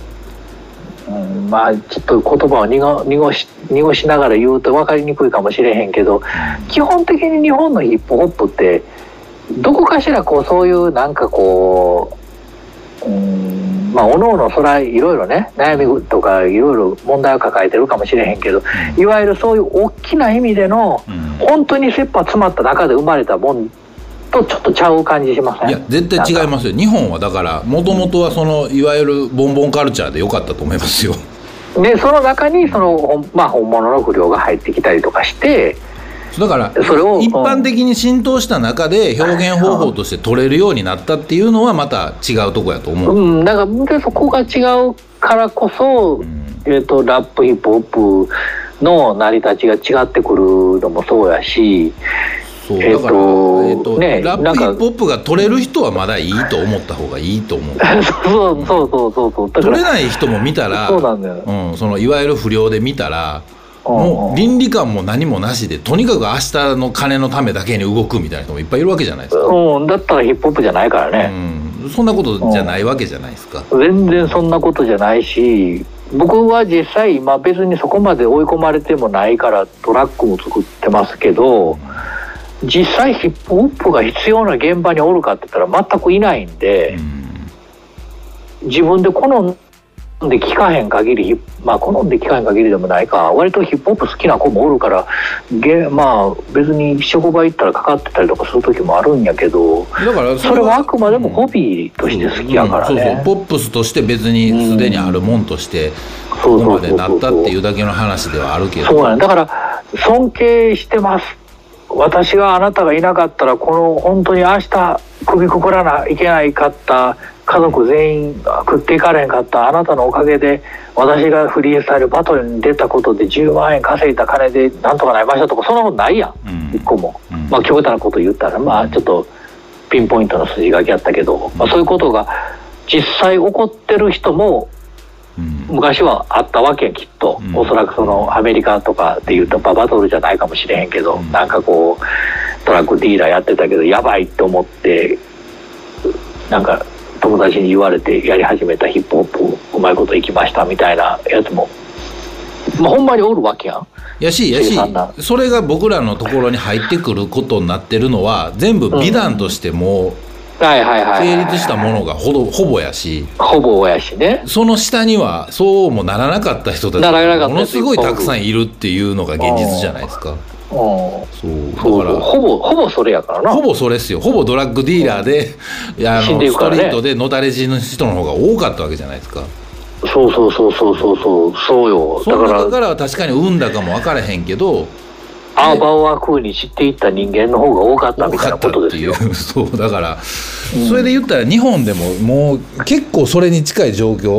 っと言葉を濁しながら言うと分かりにくいかもしれへんけど、基本的に日本のヒップホップってどこかしらこうそういうなんかこうおのおのそらいろいろね悩みとかいろいろ問題を抱えてるかもしれへんけど、いわゆるそういう大きな意味での、本当に切羽詰まった中で生まれたもんとちょっとちゃう感じしません？ いや絶対違いますよ。日本はだからもともとはそのいわゆるボンボンカルチャーで良かったと思いますよ。 でその中にその本物の不良が入ってきたりとかして。 だからそれを一般的に浸透した中で表現方法として取れるようになったっていうのはまた違うとこやと思う。 だからそこが違うからこそ、ラップヒップホップの成り立ちが違ってくるのもそうやし、 そうだから、ラップヒップホップが取れる人はまだいいと思った方がいいと思う。 そう取れない人も見たら、 そうなんだよ、 そのいわゆる不良で見たらもう倫理観も何もなしでとにかく明日の金のためだけに動くみたいな人もいっぱいいるわけじゃないですか。 だったらヒップホップじゃないからね、 そんなことじゃないわけじゃないですか。 全然そんなことじゃないし、僕は実際今別にそこまで追い込まれてもないからトラックも作ってますけど、実際ヒップホップが必要な現場におるかって言ったら全くいないんで、自分で好んで聴かへん限り、好んで聴かへん限りでもないか、割とヒップホップ好きな子もおるから、別に職場行ったらかかってたりとかする時もあるんやけど、だからそれはあくまでもホビーとして好きやからね。 ポップスとして別にすでにあるもんとしてここまでなったっていうだけの話ではあるけど、 そうなんだから尊敬してます。私があなたがいなかったらこの本当に明日首くくらないけないかった家族全員食っていかれへんかったあなたのおかげで、私がフリースタイルバトルに出たことで10万円稼いだ金でなんとかなりましたとか、そんなことないやん、一個も。極端なこと言ったらちょっとピンポイントの筋書きやったけど、そういうことが実際起こってる人も昔はあったわけや、きっと。おそらくそのアメリカとかでいうとバトルじゃないかもしれへんけど、なんかこうトラックディーラーやってたけどやばいって思ってなんか友達に言われてやり始めたヒップホップうまいこといきましたみたいなやつも、ほんまにおるわけやん。 やしそれが僕らのところに入ってくることになってるのは全部美談としても成立したものがほぼやし、 ね、 その下にはそうもならなかった人たちがものすごいたくさんいるっていうのが現実じゃないですか。 そうだからほぼそれやからな。 ほぼそれっすよ。ほぼドラッグディーラーで、ストリートでのたれ死ぬ人の方が多かったわけじゃないですか。 そうよ。 その中からは確かに運だかも分からへんけど、 ああ場を風に知っていった人間の方が多かったみたいなことですよ。 そうだから、それで言ったら日本でももう結構それに近い状況、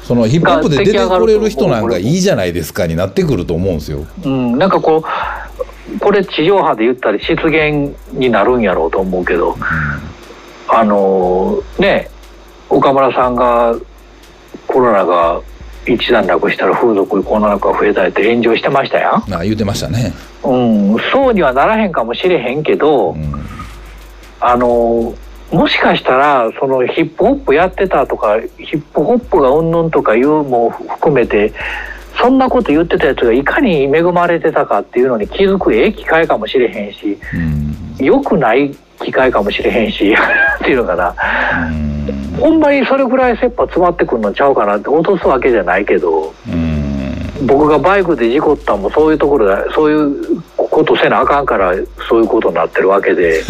そのヒップホップで出てこれる人なんかいいじゃないですかになってくると思うんですよ。 なんかこれ地上波で言ったら失言になるんやろうと思うけど、ね、岡村さんがコロナが一段落したら風俗この中増えたりって炎上してましたやん。 言ってましたね。 そうにはならへんかもしれへんけど、もしかしたらそのヒップホップやってたとかヒップホップがうんぬんとかいうも含めてそんなこと言ってたやつがいかに恵まれてたかっていうのに気づく機会かもしれへんし、良くない機会かもしれへんしっていうのかな。ほんまにそれぐらい切羽詰まってくるのちゃうかなって落とすわけじゃないけど、僕がバイクで事故ったのもそういうところだ、そういうことせなあかんからそういうことになってるわけで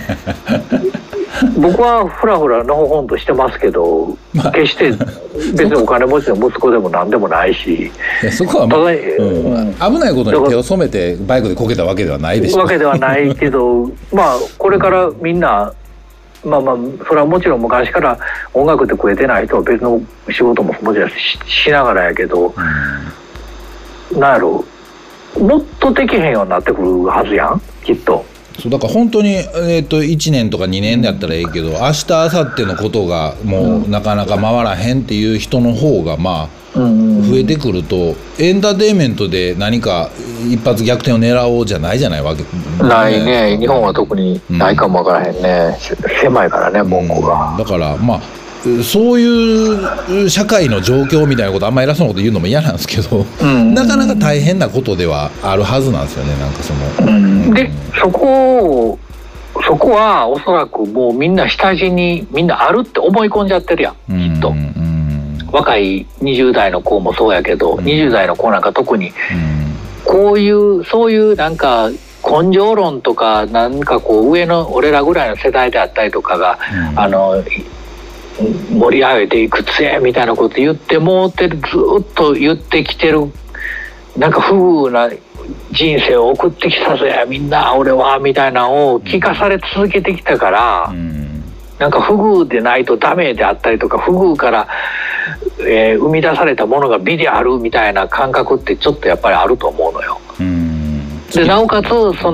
僕はフラフラのほほんとしてますけど、決して別にお金持ちの息子でも何でもないし、 そこは、危ないことに手を染めてバイクでこけたわけではないでしょ。 わけではないけどこれからみんなそれはもちろん昔から音楽で食えてない人は別の仕事ももちろん しながらやけど、なんやろもっとできへんようになってくるはずやんきっと。 そうだから本当に、1年とか2年だったらいいけど、明日明後日のことがもうなかなか回らへんっていう人の方が増えてくると、エンターテインメントで何か一発逆転を狙おうじゃないじゃないわけ。 ないね。日本は特にないかもわからへんね。狭いからね門戸が。 だからそういう社会の状況みたいなことあんまり偉そうなこと言うのも嫌なんですけど、なかなか大変なことではあるはずなんですよね。なんかその、 でそこはおそらくもうみんな下地にみんなあるって思い込んじゃってるやんきっと。若い20代の子もそうやけど、20代の子なんか特にそういうなんか根性論とかなんか上の俺らぐらいの世代であったりとかが、盛り上げていくつえみたいなこと言ってもうてる、ずっと言ってきてる、なんか不遇な人生を送ってきたぜみんな俺はみたいなのを聞かされ続けてきたから、なんか不遇でないとダメであったりとか、不遇から、生み出されたものが美であるみたいな感覚ってちょっとやっぱりあると思うのよ。でなおかつ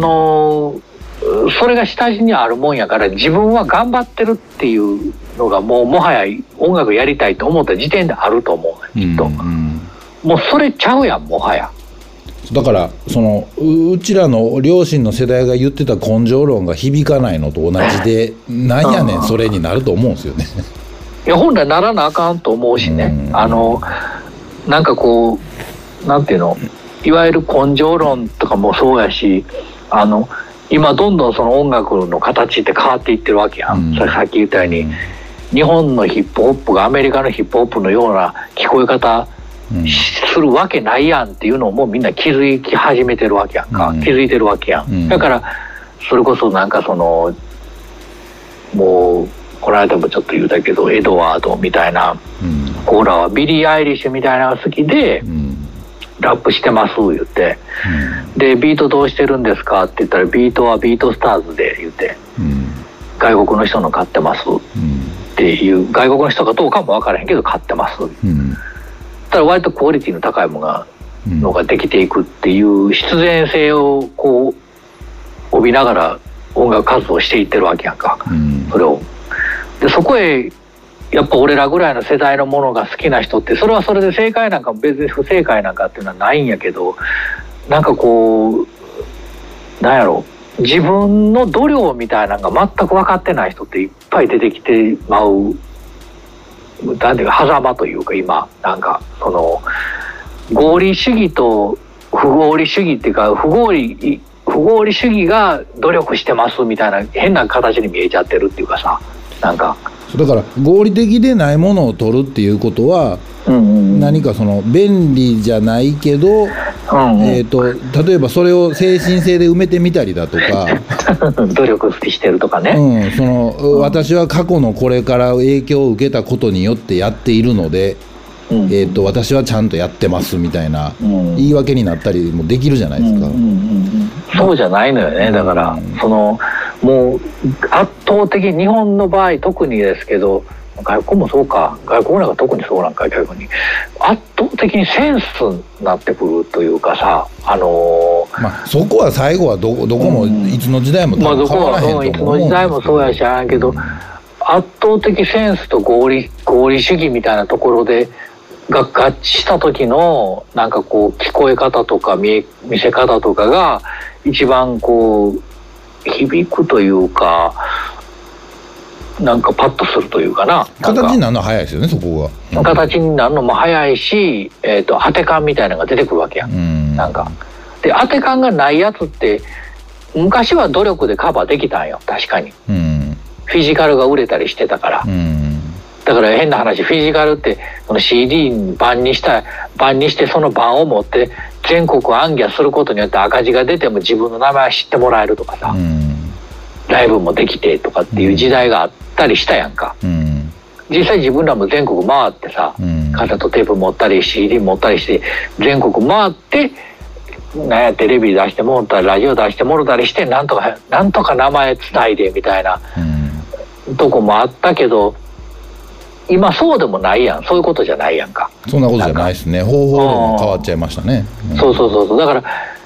それが下地にあるもんやから、自分は頑張ってるっていうのがもはや音楽やりたいと思った時点であると思うきっと。もうそれちゃうやんもはや。 だからうちらの両親の世代が言ってた根性論が響かないのと同じでなんやねんそれになると思うんですよね。 いや本来ならなあかんと思うしね。なんかなんていうの、いわゆる根性論とかもそうやし、今どんどんその音楽の形って変わっていってるわけやん。それさっき言ったように、日本のヒップホップがアメリカのヒップホップのような聞こえ方するわけないやんっていうのをもうみんな気づき始めてるわけやんか。気づいてるわけやん。だからそれこそなんかもうこの間もちょっと言うたけどエドワードみたいなコーラはビリー・アイリッシュみたいなのが好きでラップしてます言って、でビートどうしてるんですかって言ったらビートはビートスターズで言って、外国の人の買ってますっていう、外国の人かどうかも分からへんけど買ってます、ただ割とクオリティの高いものができていくっていう必然性を帯びながら音楽活動をしていってるわけやんか、それを。でそこへやっぱ俺らぐらいの世代のものが好きな人って、それはそれで正解なんか別に不正解なんかっていうのはないんやけど、なんかなんやろ、自分の度量みたいなのが全く分かってない人っていっぱい出てきてまう、なんていうか狭間というか、今なんか合理主義と不合理主義っていうか、不合理主義が努力してますみたいな変な形に見えちゃってるっていうかさ、なんかだから合理的でないものを取るっていうことは、何か便利じゃないけど、例えばそれを精神性で埋めてみたりだとか努力してるとかね、 私は過去のこれから影響を受けたことによってやっているので、私はちゃんとやってますみたいな言い訳になったりもできるじゃないですか。 そうじゃないのよね。だからもう圧倒的に日本の場合特にですけど、 外国もそうか、外国なんか特にそうなんか、逆に圧倒的にセンスになってくるというかさ、 まあ、そこは最後はどこもいつの時代も変わらへんと思うんですけど、 いつの時代もそうやしあんけど、圧倒的センスと合理主義みたいなところでが合致した時のなんかこう聞こえ方とか見せ方とかが一番こう響くというか、なんかパッとするというかな、 形になるのは早いですよね、そこが。形になるのも早いし、当て感みたいなのが出てくるわけやん。なんかで当て感がないやつって昔は努力でカバーできたんよ、確かに。フィジカルが売れたりしてたから。だから変な話、フィジカルってその CD に版にしてその版を持って全国行脚することによって赤字が出ても自分の名前を知ってもらえるとかさ、ライブもできてとかっていう時代があったりしたやんか。実際自分らも全国回ってさ、カセットテープ持ったり CD 持ったりして全国回ってなんやテレビ出してもらったりラジオ出してもらったりしてなんとか名前つないでみたいなとこもあったけど、今そうでもないやん。そういうことじゃないやんか。 そんなことじゃないですね。方法も変わっちゃいましたね。 そうだから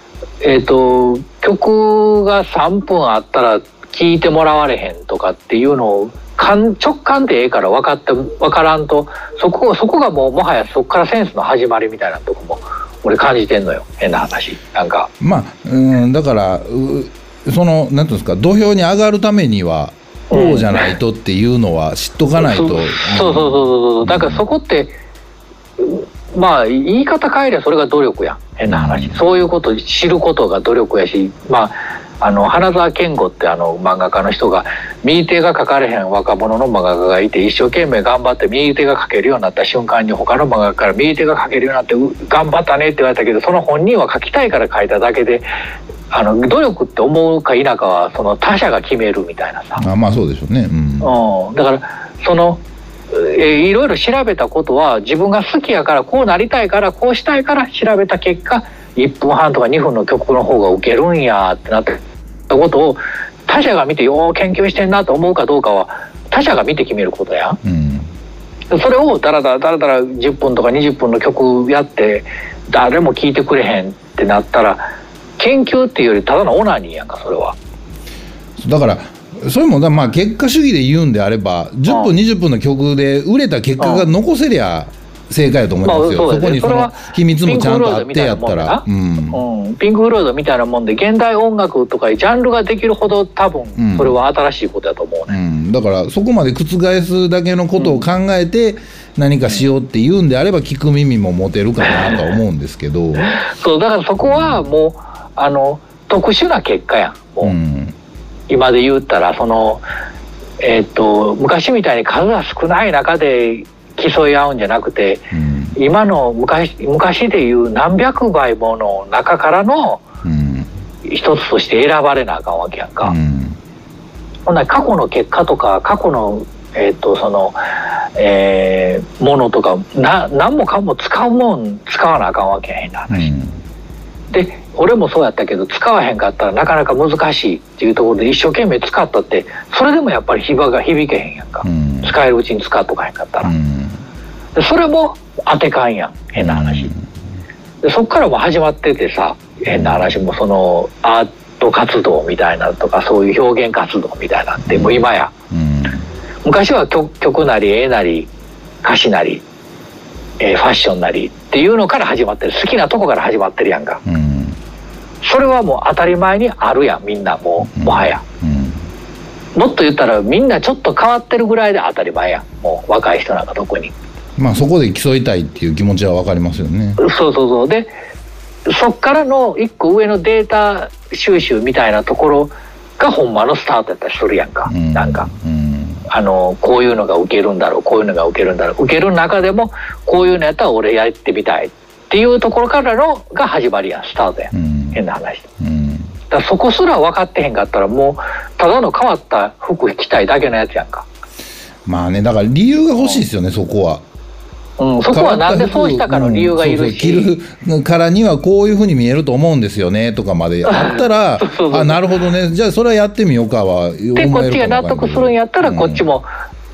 曲が3分あったら聴いてもらわれへんとかっていうのを直感でええから分からんと、そこがもはやそこからセンスの始まりみたいなとこも俺感じてんのよ、変な話。なんかまあだからそのなんていうんですか、土俵に上がるためにはこうじゃないとっていうのは知っとかないと。 そうだからそこってまあ言い方変えりゃそれが努力やん、変な話。そういうこと知ることが努力やし、まあ花澤健吾って漫画家の人が右手が描かれへん若者の漫画家がいて、一生懸命頑張って右手が描けるようになった瞬間に他の漫画家から右手が描けるようになって頑張ったねって言われたけど、その本人は描きたいから描いただけで、努力って思うか否かはその他者が決めるみたいなさ。 まあそうでしょうね。 だからそのいろいろ調べたことは自分が好きやからこうなりたいからこうしたいから調べた結果1分半とか2分の曲の方がウケるんやってなったことを他者が見てよう研究してんなと思うかどうかは他者が見て決めることや。それをだらだら10分とか20分の曲やって誰も聴いてくれへんってなったら研究っていうよりただのオナニーやんか、それは。 だからそれもまあ結果主義で言うんであれば10分20分の曲で売れた結果が残せりゃ正解だと思いますよ。そこにその秘密もちゃんとあってやったら。 ピンク・フロイドみたいなもんで現代音楽とかジャンルができるほど多分それは新しいことだと思うね。 だからそこまで覆すだけのことを考えて何かしようって言うんであれば聞く耳も持てるかなとは思うんですけど。 そうだからそこはもう特殊な結果やん。もう今で言ったらその昔みたいに数が少ない中で競い合うんじゃなくて、今の昔でいう何百倍もの中からの一つとして選ばれなあかんわけやんか。ほんなら過去の結果とか過去のそのものとか何もかも使わなあかんわけやんな話。で俺もそうやったけど使わへんかったらなかなか難しいっていうところで一生懸命使ったってそれでもやっぱり響けへんやんか。使えるうちに使っとかへんかったら。でそれも当て感やん、変な話。でそっからも始まっててさ、変な話もそのアート活動みたいなとかそういう表現活動みたいなってもう今や、昔は曲なり絵なり歌詞なり、ファッションなりっていうのから始まってる、好きなとこから始まってるやんか。それはもう当たり前にあるやん、みんなもはや。もっと言ったらみんなちょっと変わってるぐらいで当たり前やん、もう若い人なんか特に。 まあそこで競いたいっていう気持ちは分かりますよね。 そうでそっからの一個上のデータ収集みたいなところがほんまのスタートやったりするやんか。なんかこういうのが受けるんだろう、こういうのが受けるんだろう、受ける中でもこういうのやったら俺やってみたいっていうところからのが始まりやん、スタートやん、変な話。だからそこすら分かってへんかったらもうただの変わった服着たいだけのやつやんか。 まあね、だから理由が欲しいですよね、そこは。 そこはなんでそうしたかの理由がいるし、 着るからにはこういうふうに見えると思うんですよねとかまであったらあ、なるほどね、じゃあそれはやってみようかは思えるかも。 でこっちが納得するんやったらこっちも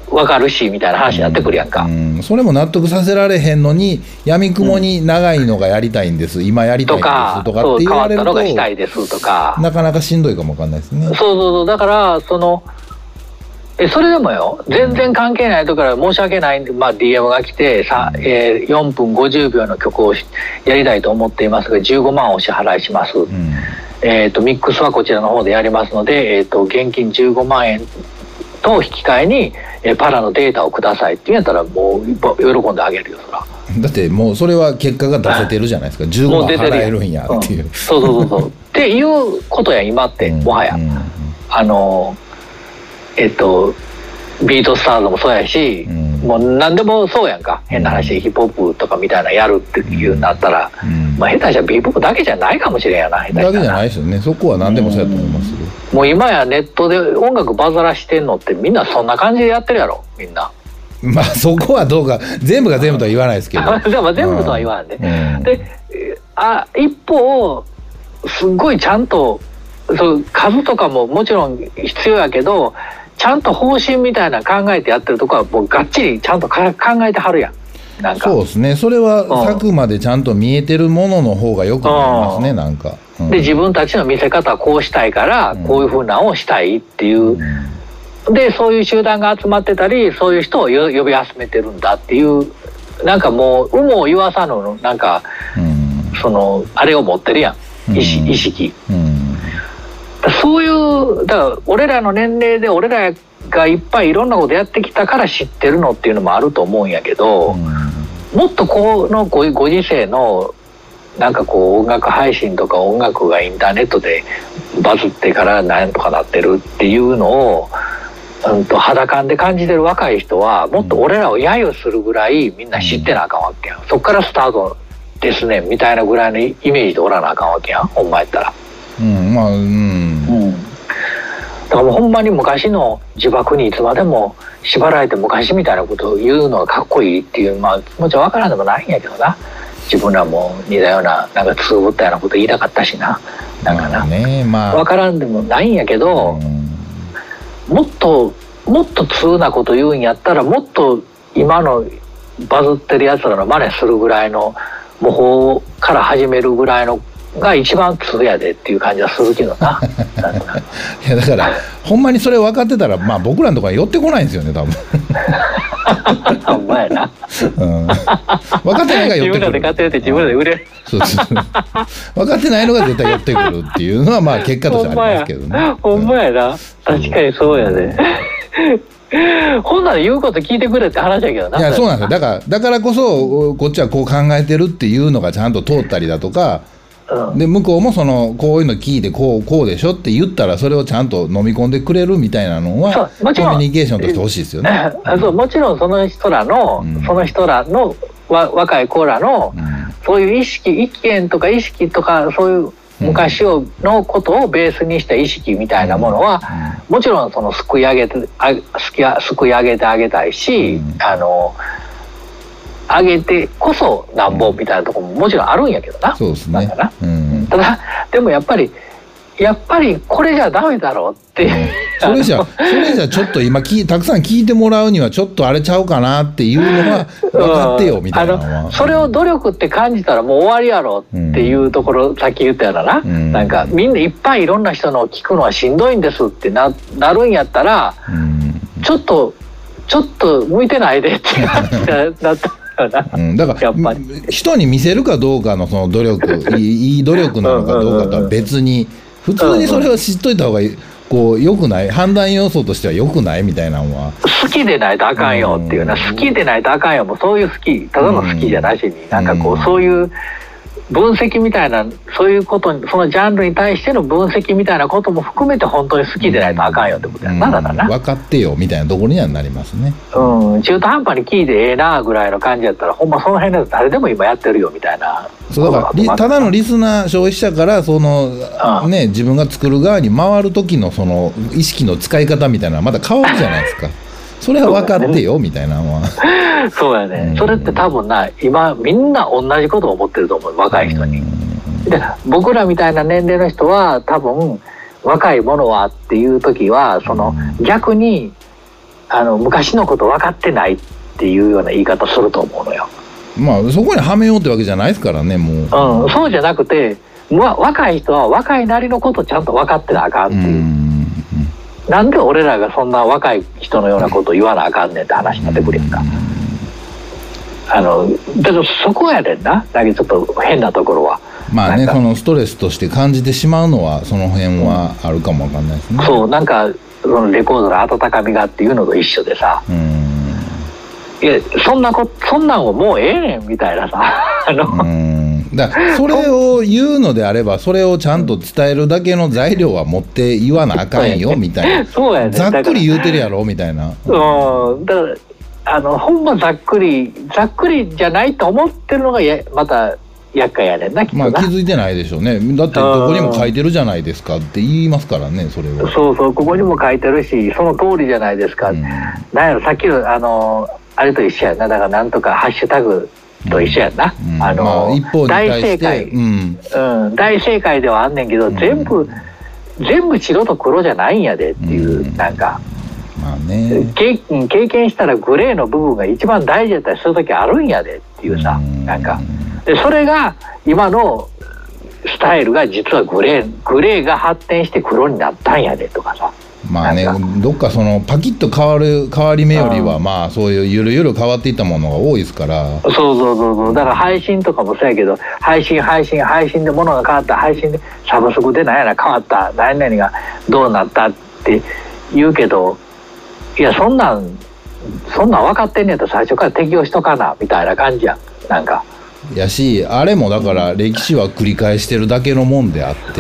分かるしみたいな話になってくるやんか、 それも納得させられへんのに闇雲に長いのがやりたいんです、今やりたいんですとかって言われると、変わったのがしたいですとか、 なかなかしんどいかもわかんないですね。 そうだからそれでもよ、全然関係ないところから申し訳ないんで、DM が来て4分50秒の曲をやりたいと思っていますが15万お支払いします、ミックスはこちらの方でやりますので、現金15万円と引き換えにパラのデータをくださいって言うんやったらもう喜んであげるよそら。 だってもうそれは結果が出せてるじゃないですか、15万払えるんやっていう、 そうっていうことや今ってもはや、ビートスターズもそうやし、もう何でもそうやんか、変な話、ヒップホップとかみたいなやるっていうんだったら、下手したらビーポップだけじゃないかもしれんやな、下手したらだけじゃないですよね、そこは何でもそうやと思いますよ。 もう今やネットで音楽バズらしてんのってみんなそんな感じでやってるやろみんな。 そこはどうか全部が全部とは言わないですけどでも全部とは言わんで、で一方すっごいちゃんと数とかももちろん必要やけど、ちゃんと方針みたいな考えてやってるとこはもうがっちりちゃんと考えてはるやん。なんかそうですね、それは作までちゃんと見えてるものの方がよくなりますね、なんか、 で自分たちの見せ方はこうしたいからこういうふうなのをしたいっていう、でそういう集団が集まってたりそういう人を呼び集めてるんだっていう、なんかもう有無を言わさぬなんか、あれを持ってるやん、意識、そういうだから俺らの年齢で俺らがいっぱいいろんなことやってきたから知ってるのっていうのもあると思うんやけど、もっとこのご時世のなんかこう音楽配信とか音楽がインターネットでバズってからなんとかなってるっていうのを、肌感で感じてる若い人はもっと俺らを揶揄するぐらいみんな知ってなあかんわけやん。そっからスタートですねみたいなぐらいのイメージでおらなあかんわけやん、ほんまやったら。だからもうほんまに昔の呪縛にいつまでも縛られて昔みたいなことを言うのがかっこいいっていう、気持ちは分からんでもないんやけどな。自分らも似たようななんかつぶったようなこと言いたかったしな、なんかな、分からんでもないんやけど、もっと通なこと言うんやったらもっと今のバズってるやつらの真似するぐらいの模倣から始めるぐらいのが一番通やでっていう感じはするけどな。 いやだからほんまにそれ分かってたら僕らのところに寄ってこないんですよね多分。 ほんまやな。 分かってないが寄ってくる。 自分らで買ってるって自分らで売れる。そう分かってないのが絶対寄ってくるっていうのは結果としてありますけどね。 ほんまやな。確かにそうやで。ほんなら言うこと聞いてくれって話やけどな。 いやそうなんですよ。だからこそこっちはこう考えてるっていうのがちゃんと通ったりだとか。で向こうもこういうの聞いてこうでしょって言ったらそれをちゃんと飲み込んでくれるみたいなのはコミュニケーションとしてほしいですよね。 そうもちろんその人らの若い子らのそういう意見とか意識とかそういう昔のことをベースにした意識みたいなものはもちろんすくい上げてあげたいし、上げてこそなんぼみたいなところももちろんあるんやけどな。 そうですね。 ただでもやっぱりこれじゃダメだろうって、 それじゃちょっと今たくさん聞いてもらうにはちょっとあれちゃうかなっていうのは分かってよみたいなのは、 それを努力って感じたらもう終わりやろっていうところ、さっき言ったようななんかみんないっぱいいろんな人のを聞くのはしんどいんですってなるんやったら、ちょっと向いてないでってなった。 だから人に見せるかどうかのその努力いい努力なのかどうかとは別に普通にそれを知っといた方が良くない、判断要素としては良くないみたいなのは好きでないとあかんよっていう好きでないとあかんよ、もうそういう好きただの好きじゃなしになんかそういう分析みたいなそういうことにそのジャンルに対しての分析みたいなことも含めて本当に好きでないとあかんよってことやな。だからな分かってよみたいなところにはなりますね。 中途半端に聞いてええなぐらいの感じやったらほんまその辺のやつ誰でも今やってるよみたいな。 そうだからただのリスナー消費者から自分が作る側に回る時のその意識の使い方みたいなのはまた変わるじゃないですか。それは分かってよみたいなのはそうやね、それって多分今みんな同じことを思ってると思う、若い人に。で僕らみたいな年齢の人は多分若い者はっていう時は逆に昔のこと分かってないっていうような言い方すると思うのよ。 まあそこにはめようってわけじゃないですからね、もう。そうじゃなくて、若い人は若いなりのことちゃんと分かってなあかんっていう。なんで俺らがそんな若い人のようなことを言わなあかんねんって話になってくるやんか。だからそこやねんな、だけどちょっと変なところは。 まあね、そのストレスとして感じてしまうのはその辺はあるかもわかんないですね。 そう、なんかそのレコードの温かみがっていうのと一緒でさ、いやそんなんをもうええねんみたいなさだそれを言うのであればそれをちゃんと伝えるだけの材料は持って言わなあかんよみたいなそうやね、 ざっくり言うてるやろみたいな。 だからほんまざっくりじゃないと思ってるのがまた厄介やねんな、きっとな。 まあ気づいてないでしょうね。だってどこにも書いてるじゃないですかって言いますからね、それは。 そうそう、ここにも書いてるしその通りじゃないですか、なんやろ、さっきのあれと一緒やな。だからなんとかハッシュタグと一緒やんな、 一方に対して大正解ではあんねんけど、全部白と黒じゃないんやでっていう、なんか、 まあね、 経験したらグレーの部分が一番大事だったりする時あるんやでっていうさ、なんかでそれが今のスタイルが実はグレーが発展して黒になったんやでとかさ。 まあね、どっかそのパキッと変わり目よりはまあそういうゆるゆる変わっていったものが多いですから。 そうだから配信とかもそうやけど、配信で物が変わった、配信でサブスクで何やら変わった、何々がどうなったって言うけど、いやそんなん分かってんねやったら最初から適用しとかなみたいな感じやん、なんか。 やし、あれもだから歴史は繰り返してるだけのもんであって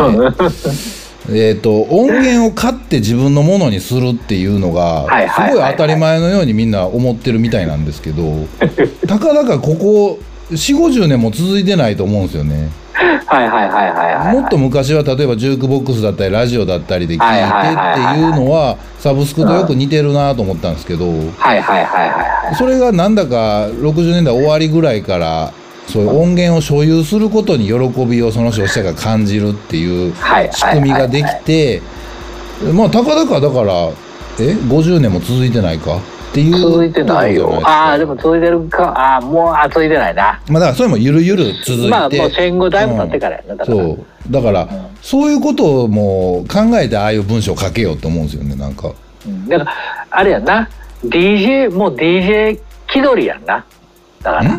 音源を買って自分のものにするっていうのがすごい当たり前のようにみんな思ってるみたいなんですけど、たかだかここ40-50年も続いてないと思うんですよね。もっと昔は例えばジュークボックスだったりラジオだったりで聞いてっていうのはサブスクとよく似てるなと思ったんですけど、それがなんだか60年代終わりぐらいからそういう音源を所有することに喜びをその消費者が感じるっていう仕組みができて、まあたかだかだから50年も続いてないかっていう。 続いてないよ。でも続いてるか。もう続いてないな。 まあだからそれもゆるゆる続いて、 まあもう戦後だいぶ経ってからやな。 だからそういうことをもう考えてああいう文章を書けようと思うんですよね、なんか。 だからあれやな、DJ もう DJ 気取りやんな。だから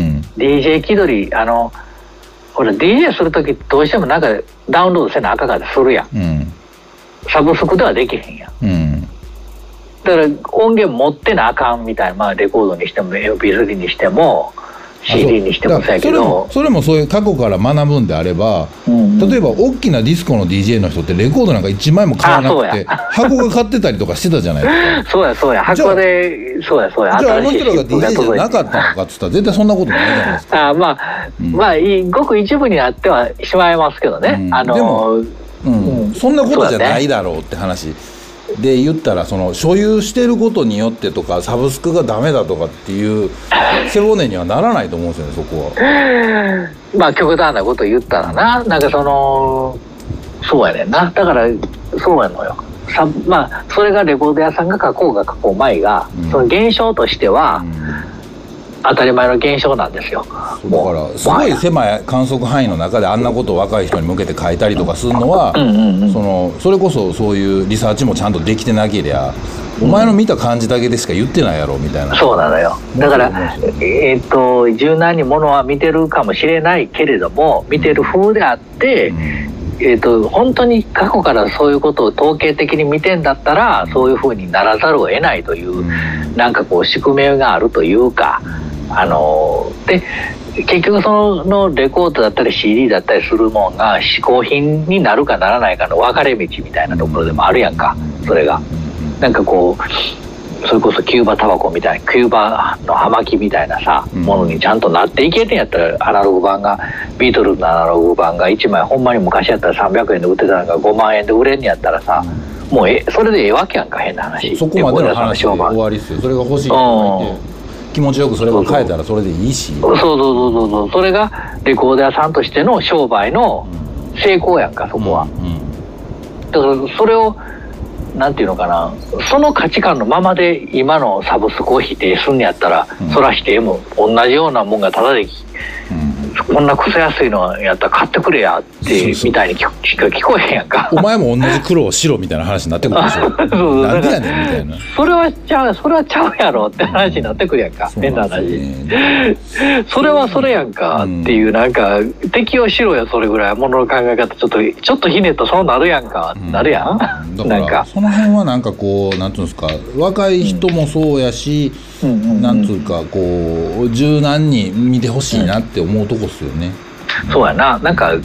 。DJ 気取り、ほら DJ する時どうしてもなんかダウンロードせなあかんからするやん、サブスクではできへんやん、だから音源持ってなあかんみたいな、まあレコードにしても MP3 にしても CD にしてもそうやけど、 それもそういう過去から学ぶんであれば、例えば大きなディスコの DJ の人ってレコードなんか1枚も買わなくて箱が買ってたりとかしてたじゃないですか。 そうや箱で、そうやじゃああの人らが DJ じゃなかったのかっつったら絶対そんなことないじゃないですか。 まあごく一部になってはしまいますけどね、 でもそんなことじゃないだろうって話で言ったら、その所有してることによってとかサブスクがダメだとかっていう背骨にはならないと思うんですよね、そこは。 まあ極端なこと言ったらなんかそうやねんな。だからそうやのよ。まあそれがレコード屋さんが書こうが書こうまいが、その現象としては当たり前の現象なんですよ。 だからすごい狭い観測範囲の中であんなことを若い人に向けて書いたりとかするのは、それこそそういうリサーチもちゃんとできてなけりゃ、お前の見た感じだけでしか言ってないやろみたいな。 そうなのよ。だから柔軟にものは見てるかもしれないけれども、見てる風であって、本当に過去からそういうことを統計的に見てんだったらそういう風にならざるを得ないという、なんかこう宿命があるというか、で結局そのレコードだったり CD だったりするもんが嗜好品になるかならないかの分かれ道みたいなところでもあるやんか。それがなんかこうそれこそキューバタバコみたいな、キューバの葉巻みたいなさ、ものにちゃんとなっていけてんやったら、アナログ版がビートルズのアナログ版が1枚ほんまに昔やったら300円で売ってたのが5万円で売れんやったらさ、もうそれでええわけやんか。変な話、 そこまでの話で終わりっすよ。それが欲しい人がいて気持ちよくそれを変えたらそれでいいし、 そうそれがレコード屋さんとしての商売の成功やんか、そこは。だからそれをなんていうのかな、その価値観のままで今のサブスクを否定すんやったら、そら否定も同じようなもんがただでこんなクソ安いのやったら買ってくれやってみたいに聞こえへんやんか。 お前も同じ苦労しろみたいな話になってくるでしょ。なんでやねんみたいな。 それはちゃうやろって話になってくるやんか。変な話。それはそれやんかっていう、なんか適応しろよそれぐらいものの考え方ちょっとひねっとそうなるやんか、なるやん。 だからその辺はなんかこうなんていうんですか、若い人もそうやし、なんつうかこう柔軟に見てほしいなって思うとこっすよね。 そうやな、なんか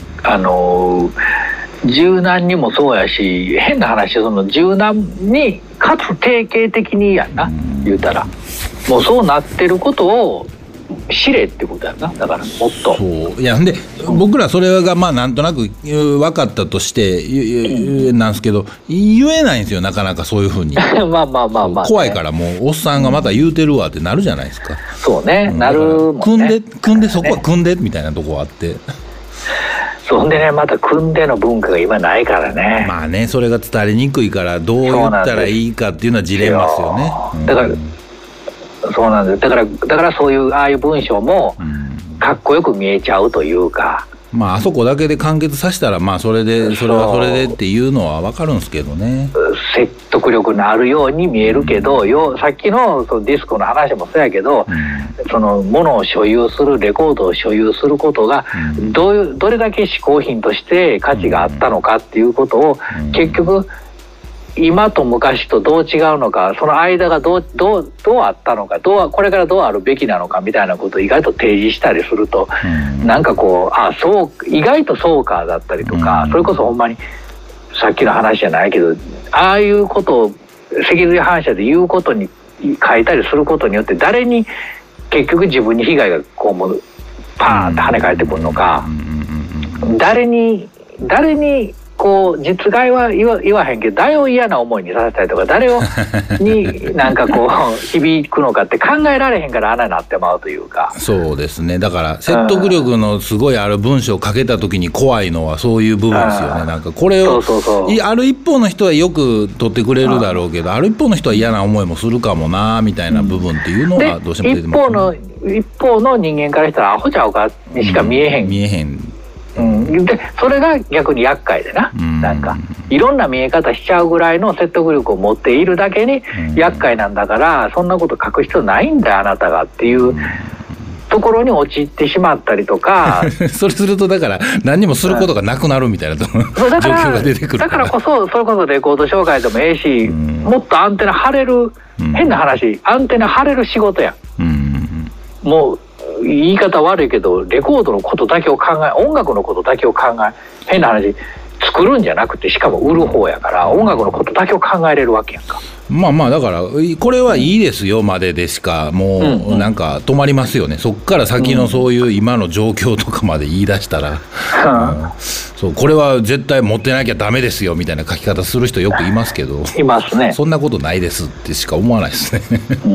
柔軟にもそうやし、変な話、その柔軟にかつ定型的にやんな、言うたらもうそうなってることを知れってことやな。だからもっとそういやんで、僕らそれがまあなんとなく分かったとしてなんですけど、言えないんですよなかなかそういうふうに。 まあまあまあまあ、ね、 怖いからもうおっさんがまた言うてるわってなるじゃないですか。 そうね、なるもんね。 組んでそこは組んでみたいなとこあって。 そんでね、また組んでの文化が今ないからね。 まあね、それが伝わりにくいからどう言ったらいいかっていうのはジレンマですよね。 だからそうなんです。だからそういうああいう文章もかっこよく見えちゃうというか、 まああそこだけで完結させたらまあそれはそれでっていうのは分かるんですけどね。 説得力のあるように見えるけど、さっきのそのディスコの話もそうやけど、そのものを所有する、レコードを所有することがどれだけ嗜好品として価値があったのかっていうことを結局今と昔とどう違うのか、その間がどうあったのか、これからどうあるべきなのかみたいなことを意外と提示したりすると、なんかこうそう意外とそうかだったりとか、それこそほんまにさっきの話じゃないけど、ああいうことを脊髄反射で言うことに書いたりすることによって誰に結局自分に被害がこうパーンって跳ね返ってくるのか、誰にこう実害は言わへんけど誰を嫌な思いにさせたりとか、誰になんかこう響くのかって考えられへんからあんなになってまうというか。 そうですね、だから説得力のすごいある文章を書けた時に怖いのはそういう部分ですよね。なんかこれをある一方の人はよく取ってくれるだろうけど、ある一方の人は嫌な思いもするかもなみたいな部分っていうのはどうしても出てますね。 一方の人間からしたらアホちゃうかにしか見えへん。でそれが逆に厄介でな、なんかいろんな見え方しちゃうぐらいの説得力を持っているだけに厄介なんだから、そんなこと書く必要ないんだよあなたがっていうところに陥ってしまったりとかそれするとだから何にもすることがなくなるみたいな状況が出てくるだからこそそれこそレコード紹介でもええし、もっとアンテナ張れる、変な話アンテナ張れる仕事やん。もう言い方悪いけどレコードのことだけを考え、音楽のことだけを考え、変な話作るんじゃなくてしかも売る方やから音楽のことだけを考えれるわけやんか。 まあだからこれはいいですよまででしかもうなんか止まりますよね。そっから先のそういう今の状況とかまで言い出したら、そうこれは絶対持ってなきゃダメですよみたいな書き方する人よくいますけど、 いますね。 そんなことないですってしか思わないですね。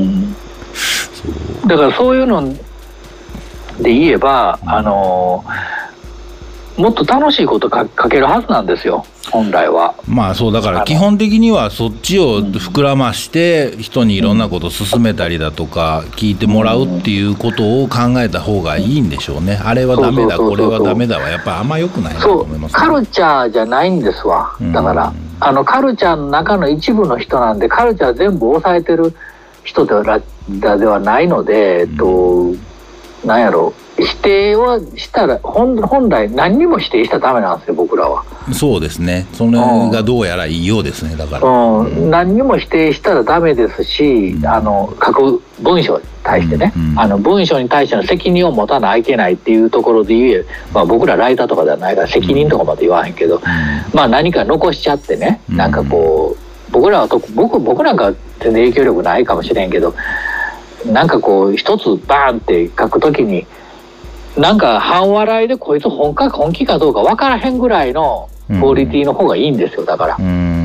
だからそういうので言えば、もっと楽しいこと書けるはずなんですよ本来は。 まあそうだから基本的にはそっちを膨らまして人にいろんなことを勧めたりだとか聞いてもらうっていうことを考えた方がいいんでしょうね。あれはダメだこれはダメだはやっぱあんま良くないなと思います、ね。 カルチャーじゃないんですわ。だからカルチャーの中の一部の人なんで、カルチャー全部抑えてる人ではないので、なんやろ、否定はしたら本来何にも否定したらダメなんですよ僕らは。 そうですね、それがどうやらいいようですね。だから、 何にも否定したらダメですし、書く文章に対してね、文章に対しての責任を持たないといけないっていうところで言えば、僕らライターとかではないから責任とかまで言わへんけど、まあ何か残しちゃってね、なんかこう僕なんか全然影響力ないかもしれんけど、なんかこう一つバーンって書くときになんか半笑いでこいつ本気かどうか分からへんぐらいのクオリティの方がいいんですよ。だから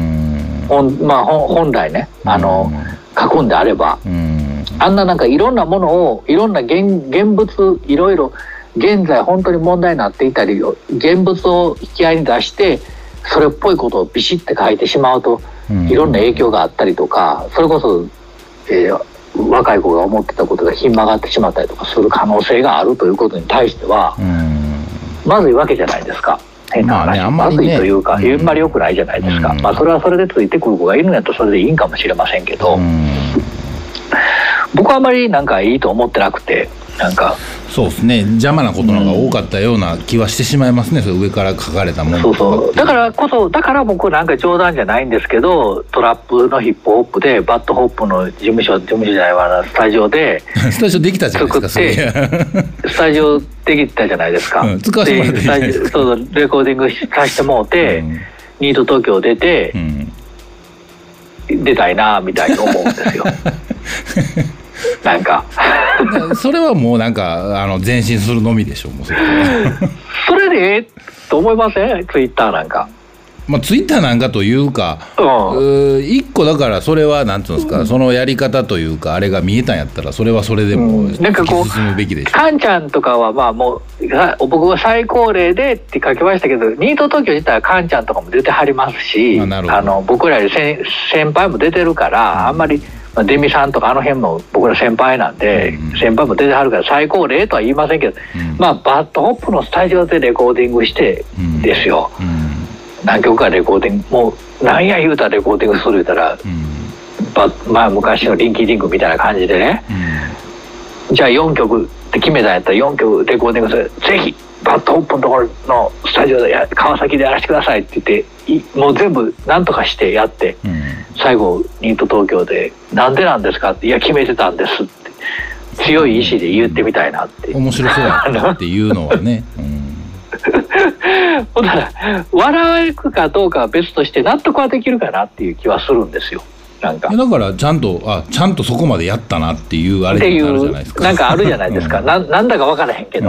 本来ね、書くんであれば、あんななんかいろんなものをいろんな現物いろいろ現在本当に問題になっていたり現物を引き合いに出してそれっぽいことをビシッて書いてしまうといろんな影響があったりとか、それこそ、若い子が思ってたことがひん曲がってしまったりとかする可能性があるということに対しては、まずいわけじゃないですか。変な話、まずいというか、あんまり良くないじゃないですか。まあそれはそれでついてくる子がいるんやったらそれでいいんかもしれませんけど、僕はあまりなんかいいと思ってなくて、なんかそうですね、邪魔なことの方が多かったような気はしてしまいますね、それ上から書かれたもの。 そうそう、だから僕なんか冗談じゃないんですけど、トラップのヒップホップでバッドホップの事務所じゃないわ、スタジオでスタジオできたじゃないですか。 スタジオできたじゃないですか、 使わせてもらっていいじゃないですか。 そうレコーディングさせてもらって、ニート東京出て、出たいなみたいに思うんですよなんかそれはもうなんか前進するのみでしょ、もうそれでええと思いません？ツイッターなんか。 まあツイッターなんかというか、一個だからそれはなんていうんですか、そのやり方というかあれが見えたんやったらそれはそれでもなんかこう進むべきでしょ。 カンちゃんとかはまあもう僕は最高齢でって書きましたけど、ニート東京自体はカンちゃんとかも出てはりますし、僕らより先輩も出てるから、あんまりデミさんとかあの辺も僕ら先輩なんで、先輩も出てはるから最高齢とは言いませんけど、まあバッドホップのスタジオでレコーディングしてですよ、何曲かレコーディング、もう何や言うたらレコーディングする言うたら、まあ昔のリンキーリンクみたいな感じでね、じゃあ4曲って決めたんやったら4曲レコーディングする、ぜひバッドホップのところのスタジオで川崎でやらせてくださいって言ってもう全部何とかしてやって、最後ニート東京で「なんでなんですか?」って「いや決めてたんです」って強い意志で言ってみたいなって、 面白そうやなっていうのはねほんなら笑うかどうかは別として納得はできるかなっていう気はするんですよ。なんかだからちゃんとそこまでやったなっていうあれになるじゃないですか。 なんかあるじゃないですか、なんだか分からへんけど、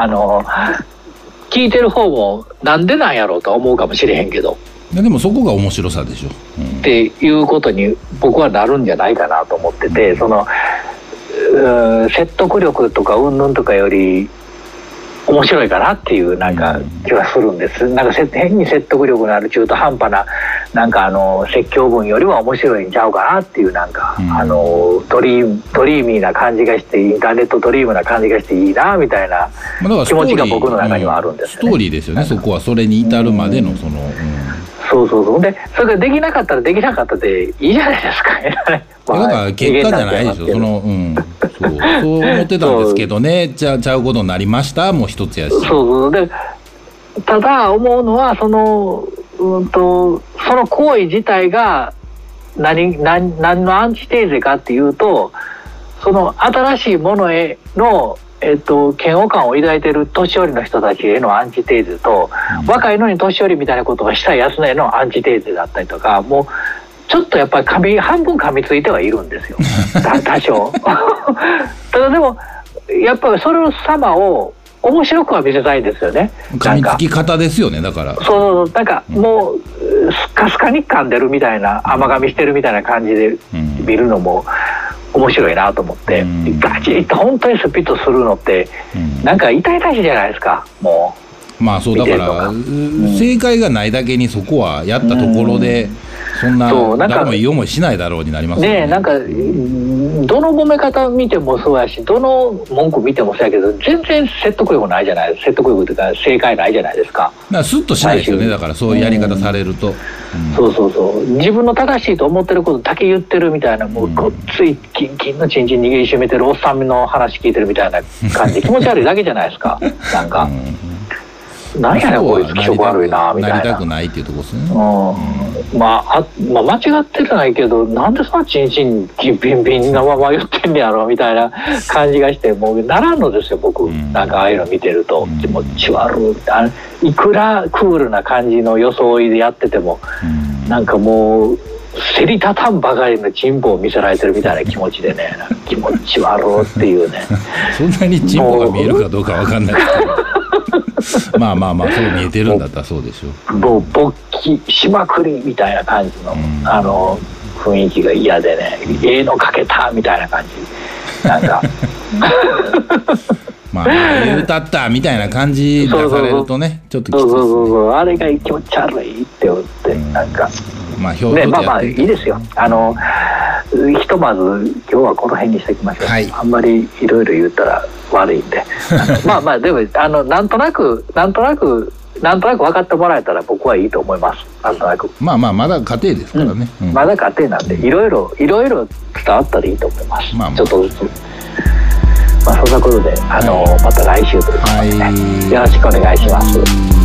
聞いてる方もなんでなんやろうとは思うかもしれへんけど、 でもそこが面白さでしょ、 っていうことに僕はなるんじゃないかなと思ってて、その説得力とか云々とかより面白いかなっていうなんか気がするんです。なんか変に説得力のある中途半端ななんか説教文よりは面白いんちゃうかなっていう、なんかドリーミーな感じがして、インターネットドリームな感じがしていいなみたいな気持ちが僕の中にはあるんですよね。 ストーリーですよね、そこは。それに至るまでのその、 そうで、それができなかったらできなかったでいいじゃないですかねだから結果じゃないでしょ、そう思ってたんですけどね、ちゃうことになりましたもう一つやし。 そうで、ただ思うのはその行為自体が何のアンチテーゼかっていうと、その新しいものへの嫌悪感を抱いている年寄りの人たちへのアンチテーゼと、若いのに年寄りみたいなことがしたいやつへのアンチテーゼだったりとか、もうちょっとやっぱり半分噛みついてはいるんですよ多少ただでもやっぱりそれの様を面白くは見せたいですよね。 噛みつき方ですよね。だからそうなんかもうスカスカに噛んでるみたいな、甘噛みしてるみたいな感じで見るのも面白いなと思って、ガチッと本当にスピッとするのってなんか痛々しいじゃないですか。もうまあそうだから正解がないだけにそこはやったところでそんな誰もいい思いしないだろうになりますよね。 なんかどの褒め方見てもそうやし、どの文句見てもそうやけど、全然説得力ないじゃない、説得力というか正解ないじゃないですか。 だからスッとしないですよね。だからそういうやり方されると、 そう自分の正しいと思ってることだけ言ってるみたいな、もうごっついキンキンのチンチン握りしめてるおっさんの話聞いてるみたいな感じで気持ち悪いだけじゃないですかなんか何やねんこいつ気色悪いなみたいな。 なりたくないっていうところですね。 まあ間違ってるないけど、なんでそんなチンチンビンビンなまま言ってんねやろみたいな感じがして、もうならんのですよ僕、なんかああいうの見てると気持ち悪い。いくらクールな感じの装いでやってても、なんかもうせりたたんばかりのチンポを見せられてるみたいな気持ちでね、気持ち悪いっていうねそんなにチンポが見えるかどうかわかんないですけどまあそう見えてるんだったらそうでしょう。 もう勃起しまくりみたいな感じの、雰囲気が嫌でね、のかけたみたいな感じなんかまあ言うたったみたいな感じ出されるとねちょっときついですね。 あれが気持ち悪いって思って、なんかまあ表情まあまあいいですよ。ひとまず今日はこの辺にしておきましょう。はい、あんまりいろいろ言ったら悪いんでまあまあでもなんとなく分かってもらえたら僕はいいと思います。なんとなくまあまだ家庭ですからね、 まだ家庭なんでいろいろ伝わったらいいと思います。ちょっとずつまあそんなことでまた来週ということで、よろしくお願いします。